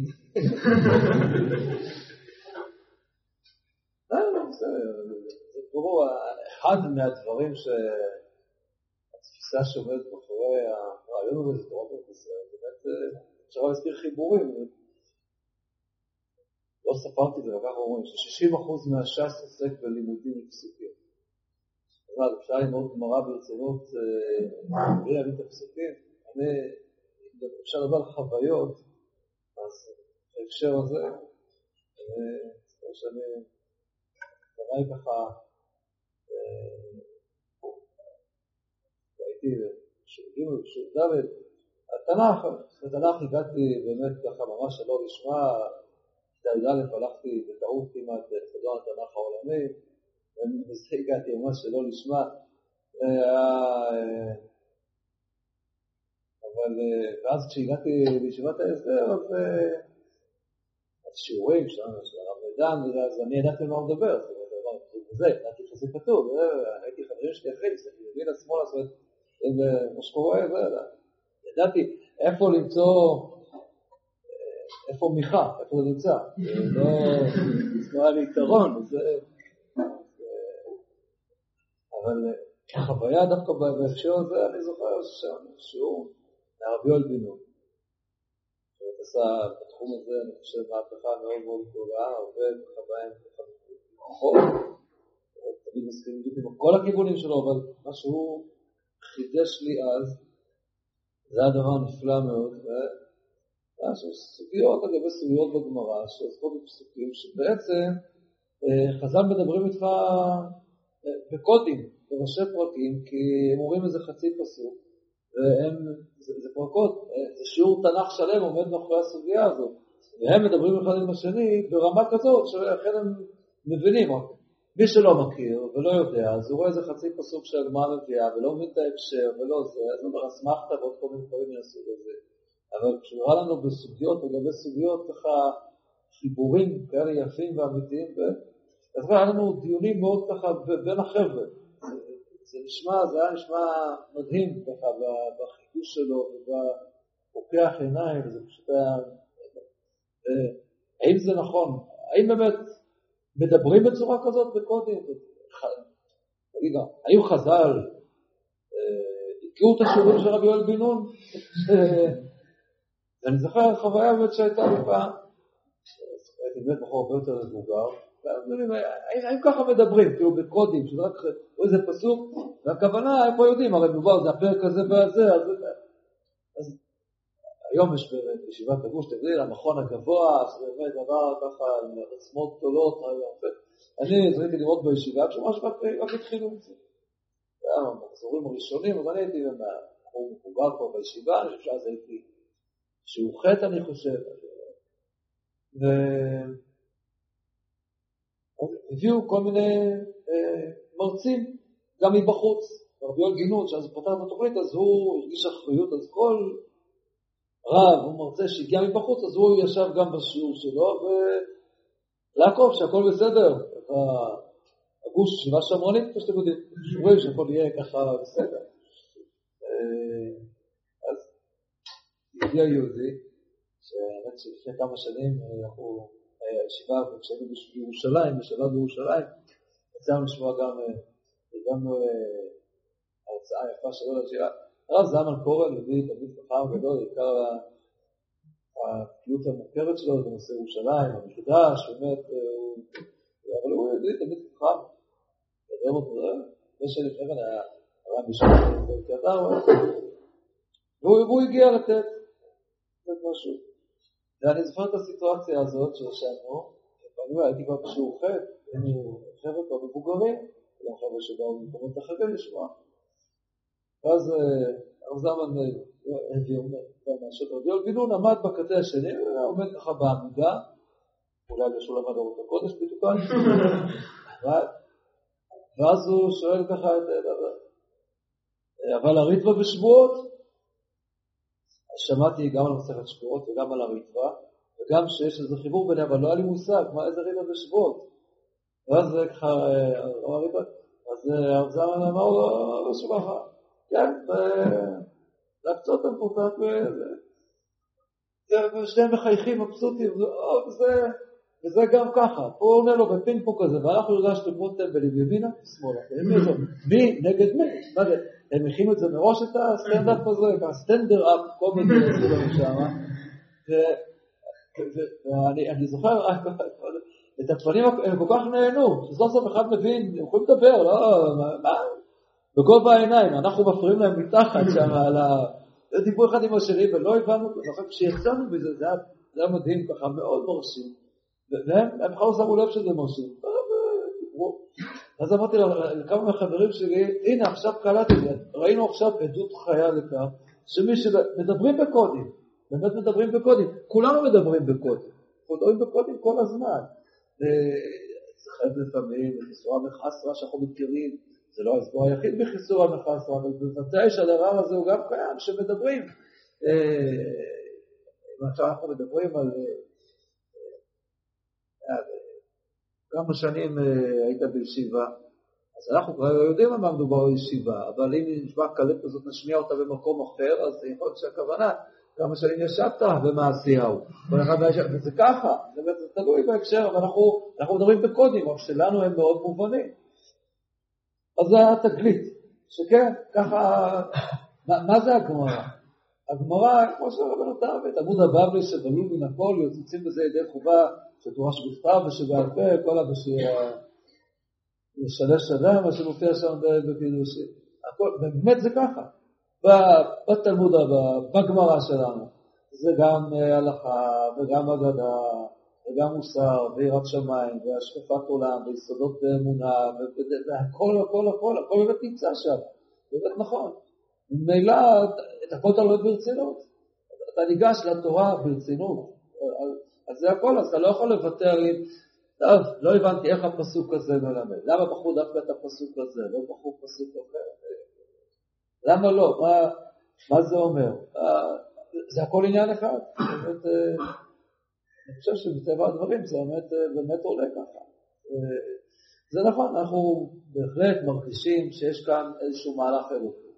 תראו, אחד מהדברים שהתפיסה שעומדת מאחורי הרעיון הזה זה תורת ארץ ישראל, באמת אפשר להזכיר חיבורים. לא ספרתי את זה, וכך אומרים ש-שישים אחוז מהש"ס עוסק בלימודים מפסוקים. אבל אפשר ללמוד גמרא ברצינות בלי להבין את הפסוקים. אני אפשר לדבר על חוויות, אז בהקשר הזה, אני שאני קראי ככה, הייתי שג' ושד' התנ"ך, בתנ"ך הגעתי באמת ככה ממש שלא לשמה, תדע הלכתי בטעות כמעט בחידון התנ"ך העולמי, ובזה הגעתי ממש שלא לשמה, אבל ואז כשהגעתי לישיבת ההסדר, אז שיעורים של הרב מדן, אז אני ידעתי מה הוא מדבר, זאת אומרת, זה, ידעתי שזה כתוב, הייתי חברים שלי אחרי, זה מבין השמאל, זאת אומרת, מה שקורה, ידעתי איפה למצוא, איפה מיכה, איפה הוא נמצא, לא נשמע לי יתרון, אבל כחוויה דווקא בהקשר הזה, אני זוכר שיעור מהרב יואל בן-נון, שהוא עשה בתחום הזה, אני חושב, מהפכה מאוד מאוד גדולה, הרבה חוויים כחוב, תמיד מסכימים איתי בכל הכיוונים שלו, אבל מה שהוא חידש לי אז, זה הדבר נפלא מאוד, שיש סוגיות, אגב, סוגיות בגמרא, שעוסקות בפסוקים, שבעצם חז"ל מדברים איתך בקודים, בראשי פרקים, כי הם אומרים איזה חצי פסוק, והם, זה, זה פרקות, זה שיעור תנ"ך שלם עומד מאחורי הסוגיה הזאת, והם מדברים אחד עם השני ברמה כזאת, שאכן הם מבינים, רק מי שלא מכיר ולא יודע, אז הוא רואה איזה חצי פסוק שהגמרא מביאה, ולא מבין את ההקשר, ולא זה, אז הוא אומר, אסמכת ועוד כל מיני דברים מהסוג הזה. אבל כשנראה לנו בסוגיות, לגבי סוגיות ככה חיבורים כאלה יפים ואמיתיים, אז היה לנו דיונים מאוד ככה בין החבר'ה. זה נשמע, זה היה נשמע מדהים ככה בחידוש שלו ובפוקח עיניים, וזה פשוט היה, האם זה נכון? האם באמת מדברים בצורה כזאת בקודים? תגיד גם, היו חז"ל, הכירו את השיעורים של רבי יואל בן-נון? ואני זוכר חוויה באמת שהייתה לי פעם, הייתי באמת בחור הרבה יותר מבוגר, האם ככה מדברים, כאילו בקודים, שזה רק איזה פסוק, והכוונה, איפה יודעים, הרי מדובר, זה הפרק הזה והזה, אז היום יש בישיבת הגוש, תגידי, המכון הגבוה, זה באמת דבר ככה, עם עצמות גדולות, אני זריתי לראות בישיבה, כשמש רק התחילו את זה. זה היה המחזורים הראשונים, אז אני הייתי בחור מבוגר פה בישיבה, אני חושב שאז הייתי שהוא חטא, אני חושב. והביאו כל מיני מרצים, גם מבחוץ. רבי יואל בן-נון, שאז הוא פתח את התוכנית, אז הוא הרגיש אחריות, אז כל רב או מרצה שהגיע מבחוץ, אז הוא ישב גם בשיעור שלו, ולעקוב שהכל בסדר. הגוש שבעה שמרנית, כמו שאתם יודעים, שורים שהכל יהיה ככה בסדר. הגיע יהודי, שבאמת שלפני כמה שנים אנחנו, הישיבה, כשהיינו בירושלים, בשלב בירושלים, יצאנו לשמוע גם, הגענו ההרצאה היפה שלו לשירה, הרב זלמן קורן, יהודי תלמיד חכם גדול, בעיקר הפעילות המוכרת שלו בנושא ירושלים, המקדש, באמת, אבל הוא יהודי תלמיד חכם, ידעם אותו, ושלפני כן היה הרב בשביל כאדם, והוא הגיע לתת משהו. ואני זוכר את הסיטואציה הזאת שישבנו, ואני הייתי כבר בשיעור חטא, היינו חבר'ה כבר מבוגרים, וגם חבר'ה שבאו במקומות אחרים לשמוע. ואז הרב זלמן הביא, רבי יואל בן-נון עמד בקצה השני, ועומד ככה בעמודה, אולי בשביל למד אורות הקודש בדיוקן, ואז הוא שואל ככה, אבל הריטווה בשבועות, שמעתי גם על מסכת שבועות וגם על הריטווה, וגם שיש איזה חיבור ביניהם, אבל לא היה לי מושג, מה איזה ריטווה בשבועות. ואז ככה, הריטווה, אז הרז"ר אמר לו, שבחה, כן, ולהקצות המפותת, ושניהם מחייכים, מבסוטים, וזה גם ככה, פה עונה לו בפינג פונג כזה, ואנחנו יודעים שאתם טמבלים ימינה, שמאלה, מי נגד מי? הם הכינו את זה מראש את הסטנדאפ הזה, הסטנדר אפ קומדי עשו לנו שם, ואני זוכר, את התפנים הם כל כך נהנו, שסוף סוף אחד מבין, הם יכולים לדבר, לא, מה? בגובה העיניים, אנחנו מפריעים להם מתחת שם, על הדיבור אחד עם השני, ולא הבנו, כשיצאנו בזה, זה היה מדהים ככה, מאוד מרשים, והם בכלל לא שמו לב שזה מרשים, אז אמרתי לכמה מהחברים שלי, הנה עכשיו קלטתי, ראינו עכשיו עדות חיה לכך, שמי שמדברים בקודים, באמת מדברים בקודים, כולנו מדברים בקודים, מדברים בקודים כל הזמן, זה חייב לפעמים, בחיסור המחסרה שאנחנו מכירים, זה לא ההסבר היחיד בחיסור המחסרה, אבל בוודאי שהדבר הזה הוא גם קיים, שמדברים, עכשיו אנחנו מדברים על כמה שנים היית בישיבה, אז אנחנו כבר יודעים מה מדובר בישיבה, אבל אם נשמע קלט הזאת נשמיע אותה במקום אחר, אז יכול להיות שהכוונה, כמה שנים ישבת במעשיהו, וזה ככה, זה תלוי בהקשר, אבל אנחנו, אנחנו מדברים בקודים, אבל שלנו הם מאוד מובנים. אז זה התגלית, שכן, ככה, מה, מה זה הגמרא? הגמרא, כמו שרבנו תרבית, עמוד הבבלי שבלול מן הכל, יוצאים בזה ידי חובה, שתורה שבכתב ושבעל פה, כל הבשיר לשלש אדם, מה שמופיע שם בקידושין. באמת זה ככה. בתלמוד הבא, בגמרא שלנו, זה גם הלכה וגם אגדה וגם מוסר ויראת שמיים והשקפת עולם ויסודות באמונה והכל הכל הכל הכל באמת נמצא שם, באמת נכון. ממילא את הכל אתה לומד ברצינות, אתה ניגש לתורה ברצינות, אז זה הכל, אז אתה לא יכול לוותר לי, טוב, לא הבנתי איך הפסוק הזה מלמד, למה בחרו דווקא את הפסוק הזה, לא בחרו פסוק אחר, למה לא, מה, מה זה אומר, זה הכל עניין אחד, באמת, אני חושב שבטבע הדברים זה באמת, באמת עולה ככה, זה נכון, אנחנו בהחלט מרגישים שיש כאן איזשהו מהלך אלוקי,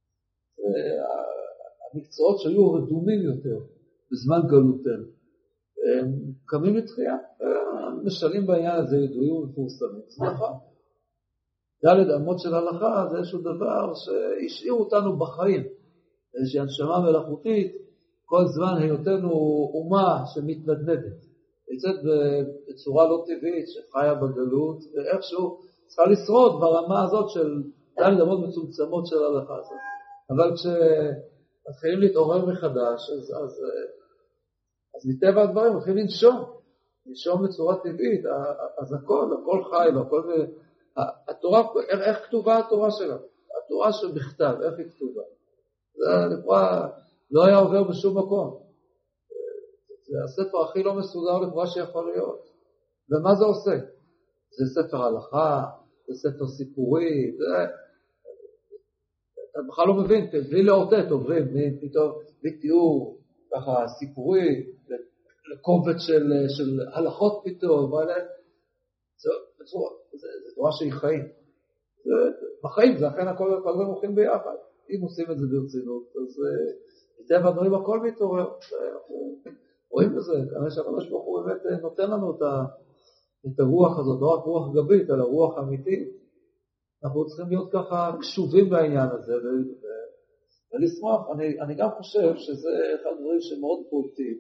המקצועות שהיו רדומים יותר בזמן גלותנו, הם קמים לתחייה, משלים בעניין הזה ידועים ומפורסמים, זה נכון. דלת אמות של הלכה זה איזשהו דבר שהשאיר אותנו בחיים, איזושהי הנשמה מלאכותית, כל זמן היותנו אומה שמתנדנדת, יצאת בצורה לא טבעית שחיה בגלות, ואיכשהו צריכה לשרוד ברמה הזאת של דלת אמות מצומצמות של הלכה הזאת. אבל כשמתחילים להתעורר מחדש, אז, אז, אז מטבע הדברים מתחילים לנשום, לנשום בצורה טבעית, אז הכל, הכל חי, והכל, התורה, איך, איך כתובה התורה שלה? התורה שבכתב, איך היא כתובה? זה לכאורה לא היה עובר בשום מקום. זה הספר הכי לא מסודר לכאורה שיכול להיות. ומה זה עושה? זה ספר הלכה, זה ספר סיפורי, זה... אתה בכלל לא מבין, בלי לאותת עוברים, פתאום, בלי תיאור, ככה סיפורי, לקובץ של, של הלכות פתאום, זה, זה, זה, זה תורה שהיא חיים. זה, בחיים זה אכן הכל, הכל זה מוכנים ביחד. אם עושים את זה ברצינות, אז מטבע הדברים הכל מתעורר. אנחנו רואים בזה, כנראה שהקדוש ברוך הוא באמת נותן לנו את, ה, את הרוח הזאת, לא רק רוח גבית, אלא רוח אמיתית. אנחנו צריכים להיות ככה קשובים בעניין הזה, ולשמוח. אני, אני גם חושב שזה אחד הדברים שמאוד פולטים.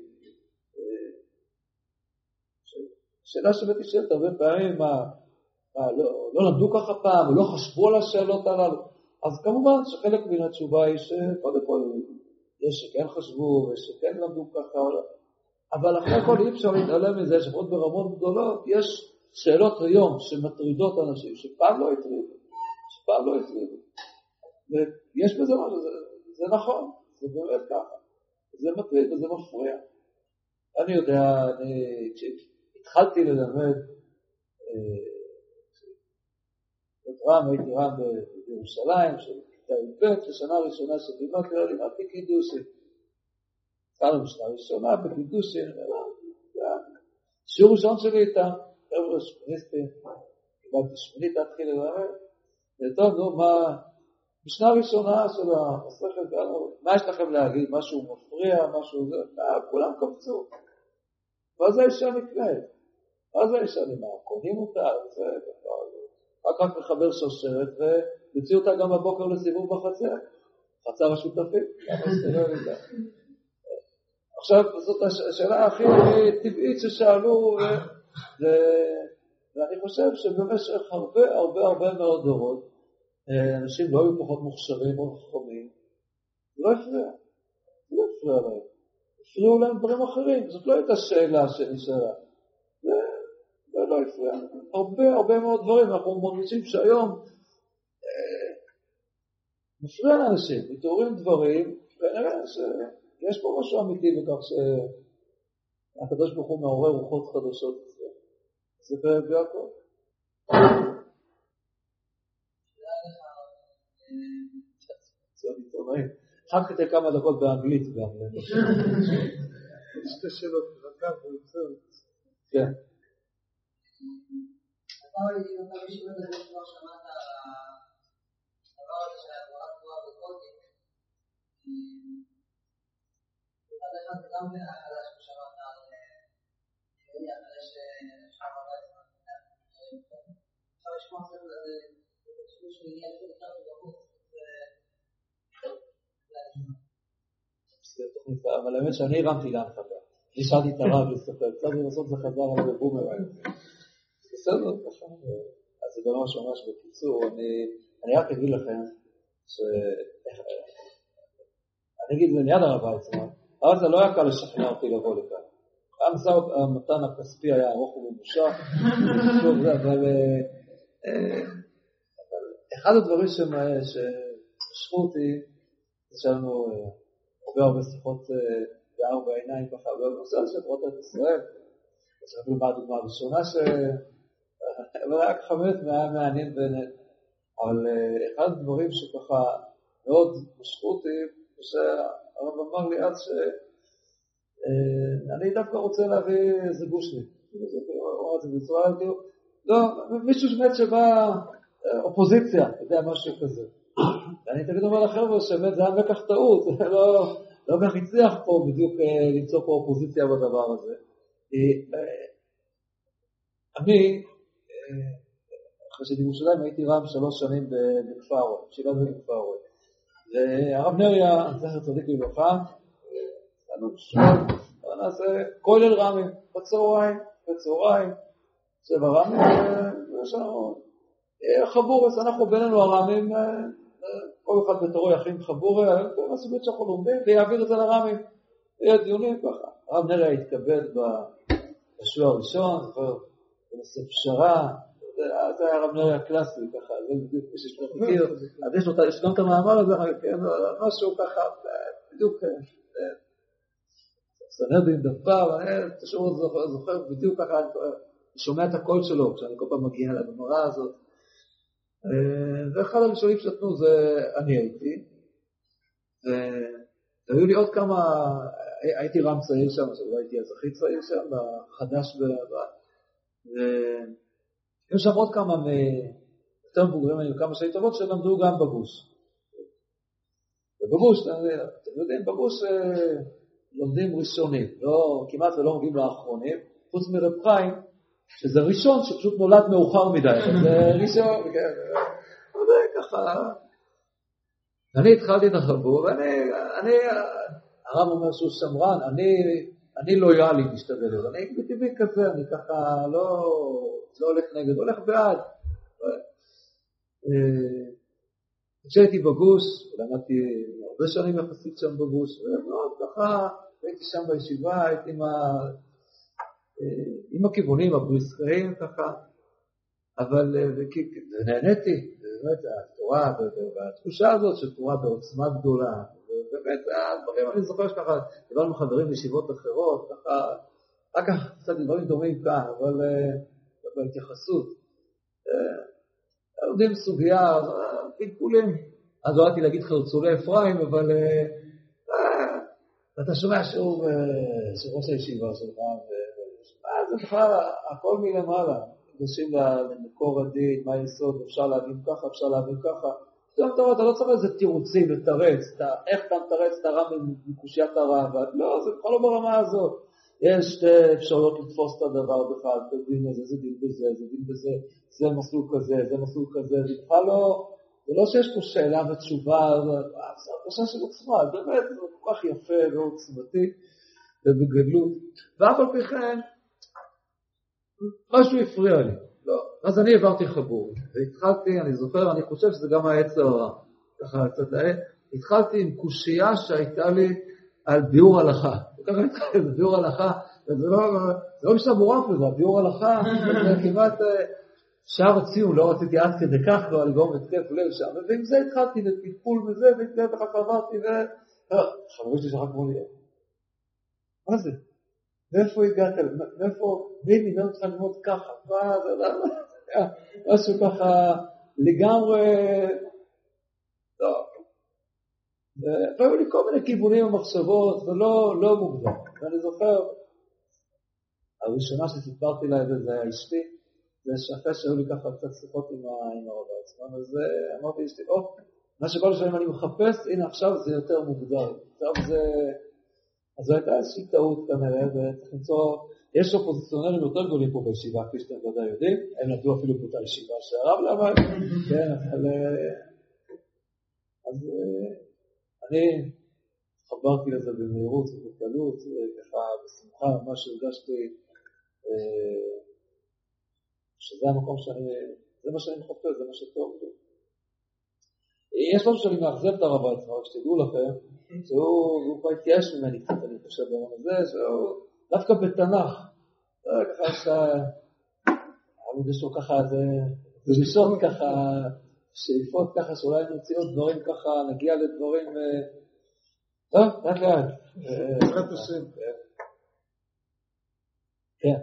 שאלה שבאמת נשאלת הרבה פעמים, מה, מה, לא, לא למדו ככה פעם, לא חשבו על השאלות הללו. אז כמובן שחלק מן התשובה היא שקודם כל יש שכן חשבו ושכן למדו ככה, אבל אחרי כל אי אפשר להתעלם מזה שפחות ברמות גדולות יש שאלות היום שמטרידות אנשים שפעם לא הטרידו, שפעם לא הטרידו. ויש בזה משהו, זה, זה נכון, זה באמת ככה, זה מטריד וזה מפריע. אני יודע, אני, התחלתי ללמד את רם, הייתי רם בירושלים, של כיתה י"ב, ששנה ראשונה שלימדתי, לא לימדתי קידושין. התחלנו בשנה ראשונה בקידושין, שיעור ראשון שלי איתם, חבר'ה שמיניסטים, קיבלתי שמינית להתחיל ללמד, וטוב, נו, מה, בשנה ראשונה של המסכת, מה יש לכם להגיד? משהו מפריע, משהו זה, כולם קפצו. מה זה האישה נקנית? מה זה האישה נקנית? קונים אותה, זה, רק רק מחבר שושרת, ויוציא אותה גם בבוקר לסיבוב בחצר, חצר השותפים. עכשיו, זאת השאלה הכי טבעית ששאלו, ואני חושב שבמשך הרבה הרבה הרבה מאוד דורות, אנשים לא היו פחות מוכשרים או חכמים, לא הפריע, לא הפריע להם, הפריעו להם דברים אחרים, זאת לא הייתה שאלה שנשאלה, זה לא הפריע, הרבה הרבה מאוד דברים, אנחנו מרגישים שהיום מפריע לאנשים, מתעוררים דברים, ונראה שיש פה משהו אמיתי בכך שהקדוש ברוך הוא מעורר רוחות חדשות, זה פרק יעקב. אחר כך כמה דקות באנגלית גם. שתי שאלות, רגע ויוצר. כן. אתה ראיתי אותה מישהו בזה כבר שמעת על הדבר הזה של העברת תורה בקודם. מצד אחד זה גם החדש ששמעת על יהודי החדש ששמעת על זה. עכשיו יש כמו ספר לזה, זה שהוא הגיע לזה יותר בגבות. אבל האמת שאני הרמתי להנחתה, נשארתי את הרב להסתכל, קצת לנסות זה חזר על הבומרנג. בסדר, אז זה ממש ממש בקיצור, אני רק אגיד לכם, אני אגיד זה ליד הרב ויצמן, אבל זה לא היה קל לשכנע אותי לבוא לכאן. המתן הכספי היה ארוך וממושך, אבל אחד הדברים שמשכו אותי, יש לנו הרבה הרבה שיחות בארבע עיניים ככה, ובנושא הזה של תורת ישראל, שרקנו מה הדוגמה הראשונה אבל היה ככה באמת מעניין ביניהם, אבל אחד הדברים שככה מאוד משכו אותי, שהרב אמר לי אז שאני דווקא רוצה להביא איזה גושניק, או זה בצורה, לא, מישהו שבאמת שבא אופוזיציה, אתה יודע, משהו כזה. ואני תמיד אומר לחבר'ה שבאמת זה היה מקח טעות, לא כך הצליח פה בדיוק למצוא פה אופוזיציה בדבר הזה. אני, אחרי שבירושלים הייתי רם שלוש שנים בכפר רואה, שבעת בכפר רואה. והרב נריה, זכר צדיק לברכה, לנו שואל, נעשה כולל רמים, בצהריים, בצהריים, שבע רמים, ויש לנו חבורס, אנחנו בינינו הרמים, כל אחד בתורו יכין חבורי, כל הסוגיות שאנחנו לומדים, ויעביר את זה לרמים, ויהיה דיונים ככה. הרב נריה התכבד בשבוע הראשון, בנושא פשרה, זה היה הרב נריה הקלאסי ככה, זה בדיוק מי שיש לו מכיר, אז יש לו, יש גם את המאמר הזה, משהו ככה, בדיוק, סנדין דפר, תשארו זוכר בדיוק ככה, אני שומע את הקול שלו, כשאני כל פעם מגיע למאמרה הזאת, ואחד הראשונים שנתנו זה אני הייתי, והיו לי עוד כמה, הייתי רם צעיר שם, לא הייתי אז הכי צעיר שם, בחדש, והיו שם עוד כמה יותר מבוגרים, היו כמה שנים טובות שלמדו גם בגוש. ובגוש, אתם יודעים, בגוש לומדים ראשונים, כמעט ולא מגיעים לאחרונים, חוץ מרב חיים, שזה ראשון שפשוט נולד מאוחר מדי, זה ראשון, זה ככה. אני התחלתי את החבור, ואני, הרב אומר שהוא שמרן, אני לויאלי משתדל, אני בטבעי כזה, אני ככה לא הולך נגד, הולך בעד. כשהייתי בגוש, למדתי הרבה שנים יחסית שם בגוש, ומאוד ככה, הייתי שם בישיבה, הייתי עם ה... עם הכיוונים הבריסקאים ככה, אבל נהניתי, באמת התורה, והתחושה הזאת של תורה בעוצמה גדולה, ובאמת הדברים, אני זוכר שככה, דיברנו חברים בישיבות אחרות, ככה, רק כך קצת דברים דומים כאן, אבל בהתייחסות. יודעים סוגיה, פלפולים, אז הולכתי להגיד חרצולי אפרים, אבל אתה שומע שהוא ראש הישיבה שלך, זה בכלל הכל מלמעלה, ניגשים למקור הדין, מה היסוד, אפשר להבין ככה, אפשר להבין ככה, אתה לא צריך איזה תירוצים לתרץ, איך אתה מתרץ את הרב מקושיית הרב, לא, זה בכלל לא ברמה הזאת. יש שתי אפשרויות לתפוס את הדבר בכלל, זה דין הזה, זה דין בזה, זה דין בזה, זה מסלול כזה, זה מסלול כזה, זה בכלל לא, זה לא שיש פה שאלה ותשובה, זה הרגשה של עצמה, באמת זה כל כך יפה ועוצמתי ובגדלות, ואף על פי כן, משהו הפריע לי, לא, אז אני העברתי חבור, והתחלתי, אני זוכר, אני חושב שזה גם העץ הרע, ככה קצת העץ, התחלתי עם קושייה שהייתה לי על ביאור הלכה, וככה התחלתי, זה ביאור הלכה, וזה לא, זה לא משנה מורף לזה, ביאור הלכה, זה כמעט שער הציון, לא רציתי עד כדי כך, לא לגרום התקף לב שם, ועם זה התחלתי לפלפול מזה, והתקף אחר כך עברתי, וחברים שלי שחק כמו לי, מה זה? מאיפה הגעת? מאיפה, מי נדמה אותך ללמוד ככה? מה זה? משהו ככה לגמרי, לא. והיו לי כל מיני כיוונים ומחשבות, זה לא מוגדר. ואני זוכר, הראשונה שסיפרתי לה את זה, זה היה אשתי, זה שאחרי שהיו לי ככה קצת שיחות עם הרב עצמן, אז אמרתי לאשתי, או, מה שכל השנים אני מחפש, הנה עכשיו זה יותר מוגדר. עכשיו זה, אז זו הייתה איזושהי טעות כנראה, וצריך למצוא, יש אופוזיציונרים יותר גדולים פה בישיבה, כפי שאתם ודאי יודעים, הם נדעו אפילו פה את הישיבה שהרב למד, כן, אבל, אז אני חברתי לזה במהירות ובקלות, ככה בשמחה, ממש הרגשתי שזה המקום שאני, זה מה שאני מחפש, זה מה שטוב לי. יש משהו שאני מאכזב את הרב עצמו, רק שתדעו לכם, שהוא כבר התייאש ממני קצת, אני חושב ביום הזה, שהוא דווקא בתנ"ך, ככה יש לו ככה, זה לישות ככה, שאיפות ככה, שאולי נוציא עוד דברים ככה, נגיע לדברים, טוב, לאט לאט. בעזרת השם. כן.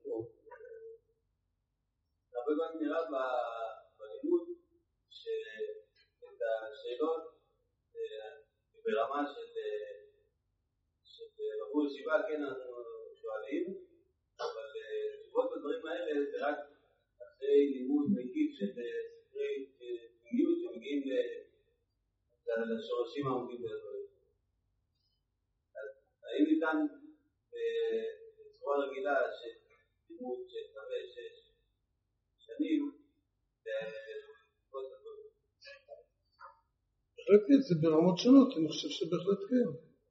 הרבה פעמים נראה בלימוד שאת השאלות ברמה של בחור ישיבה, כן, אנחנו שואלים, אבל תשובות בדברים האלה זה רק אחרי לימוד מקיף של ספרי פנימיות שמגיעים לשורשים העומדים בדברים. אז האם ניתן בצורה רגילה של לימוד של חמש, שש שנים לכל הדברים? בהחלט כן, זה ברמות שונות, אני חושב שבהחלט כן.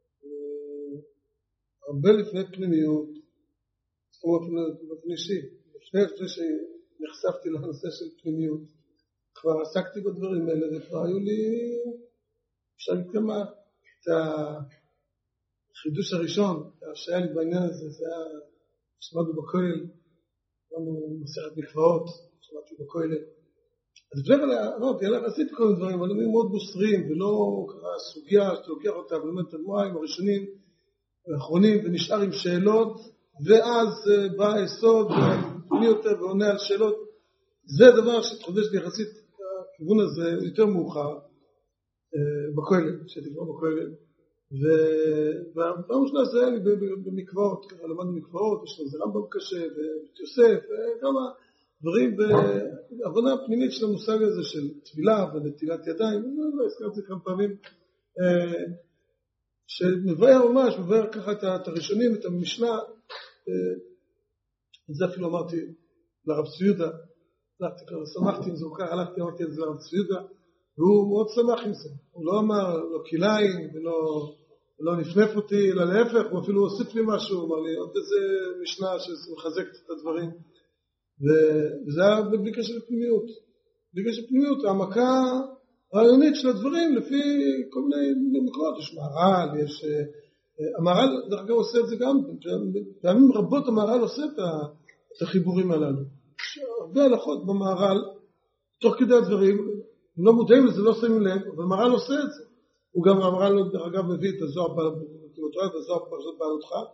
הרבה לפני פנימיות, זאת אומרת באופן אישי, לפני שנחשפתי לנושא של פנימיות, כבר עסקתי בדברים האלה, וכבר היו לי, אפשר לקרמה, את החידוש הראשון, שהיה לי בעניין הזה, זה היה, שמענו בכולל, שמענו מסכת מקוואות, שמעתי בכולל, אז לפני כן, אני עשיתי כל מיני דברים, אבל הם מאוד בוסריים, ולא קרה סוגיה שאתה לוקח אותה, ולמד את הדמיים הראשונים, האחרונים, ונשאר עם שאלות, ואז בא היסוד, ואני יותר ועונה על שאלות, זה דבר שתחודש לי יחסית, הכיוון הזה יותר מאוחר, בכולל, שהייתי כבר בכולל, והפעם שלה זה היה לי במקוואות, ככה למדנו מקוואות, יש לו זה רמב"ם קשה, ובית יוסף, וכמה דברים, והבנה פנימית של המושג הזה של תפילה ונטילת ידיים, לא הזכרתי כמה פעמים, שמבאר ממש, מבאר ככה את הראשונים, את המשנה, את זה אפילו אמרתי לרב צביודה, הלכתי כבר, שמחתי עם זה, וכך הלכתי, אמרתי את זה לרב צביודה, והוא מאוד שמח עם זה, הוא לא אמר, לא כליים, ולא נפנף אותי, אלא להפך, הוא אפילו הוסיף לי משהו, הוא אמר לי, עוד איזה משנה שמחזקת את הדברים, וזה היה בלי קשר לפנימיות, בלי קשר לפנימיות, העמקה רעיונית של הדברים, לפי כל מיני מקורות, יש מערל, יש, המערל, דרך אגב עושה את זה גם, פעמים רבות המערל עושה את החיבורים הללו, יש הרבה הלכות במערל, תוך כדי הדברים, לא מודעים לזה, לא שמים לב, אבל מערל עושה את זה, הוא גם המערל, דרך אגב, מביא את הזוהר, את הזוהר פרשת בעלותך,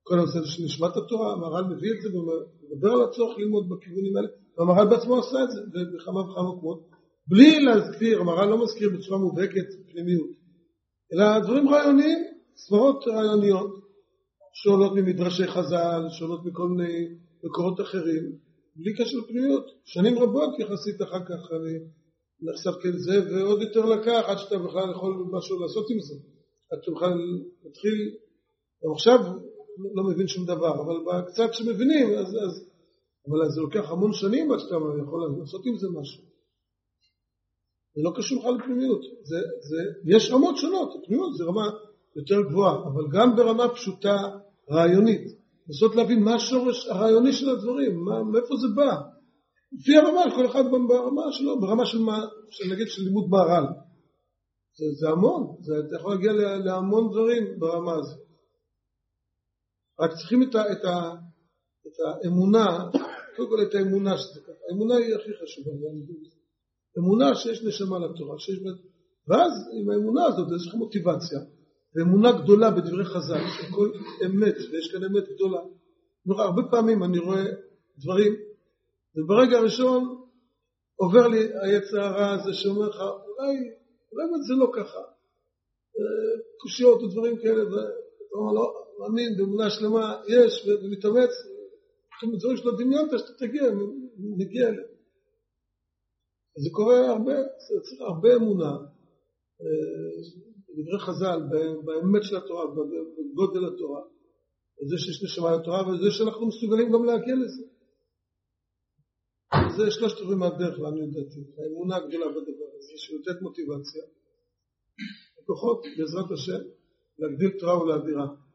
כל הנושא הזה של נשמת התורה, המהר"ל מביא את זה ומדבר על הצורך ללמוד בכיוונים האלה, והמהר"ל בעצמו עשה את זה בכמה וכמה מקומות, בלי להזכיר, המהר"ל לא מזכיר בצורה מובהקת פנימיות, אלא דברים רעיוניים, סברות רעיוניות, שעולות ממדרשי חז"ל, שעולות מכל מיני מקורות אחרים, בלי קשר לפנימיות, שנים רבות יחסית אחר כך אני נחשפתי לזה, ועוד יותר לקח עד שאתה בכלל יכול משהו לעשות עם זה, עד שאתה בכלל מתחיל, עכשיו לא מבין שום דבר, אבל קצת שמבינים, אז, אז, אבל זה לוקח המון שנים עד שאתה יכול לעשות עם זה משהו. זה לא קשור לך לפנימיות, זה, זה, יש רמות שונות, הפנימיות זה רמה יותר גבוהה, אבל גם ברמה פשוטה רעיונית, לנסות להבין מה השורש הרעיוני של הדברים, מה, מאיפה זה בא, לפי הרמה, כל אחד ברמה שלו, ברמה של, מה, של נגיד של לימוד מהר"ל, זה, זה המון, זה, אתה יכול להגיע להמון דברים ברמה הזאת, רק צריכים את, ה, את, ה, את האמונה, קודם כל את האמונה שזה ככה, האמונה היא הכי חשובה, אמונה שיש נשמה לתורה, שיש... ואז עם האמונה הזאת יש לך מוטיבציה, ואמונה גדולה בדברי חז"ל, שכל אמת, ויש כאן אמת גדולה. הרבה פעמים אני רואה דברים, וברגע הראשון עובר לי היצר הרע הזה שאומר לך, אולי, אולי זה לא ככה, קושיות ודברים כאלה, ואתה אומר לא, מאמין, באמונה שלמה יש, ומתאמץ, דברים שלא דמיונת שאתה תגיע, נגיע אליהם. זה קורה הרבה, צריך הרבה אמונה, בדברי חז"ל, באמת של התורה, בגודל התורה, זה שיש נשמה לתורה, וזה שאנחנו מסוגלים גם להגיע לזה. זה שלושת רבעים מהדרך, ואני יודעתי, האמונה הגדולה בדבר הזה, שיותת מוטיבציה, הכוחות, בעזרת השם, להגדיל תורה ולהדירה.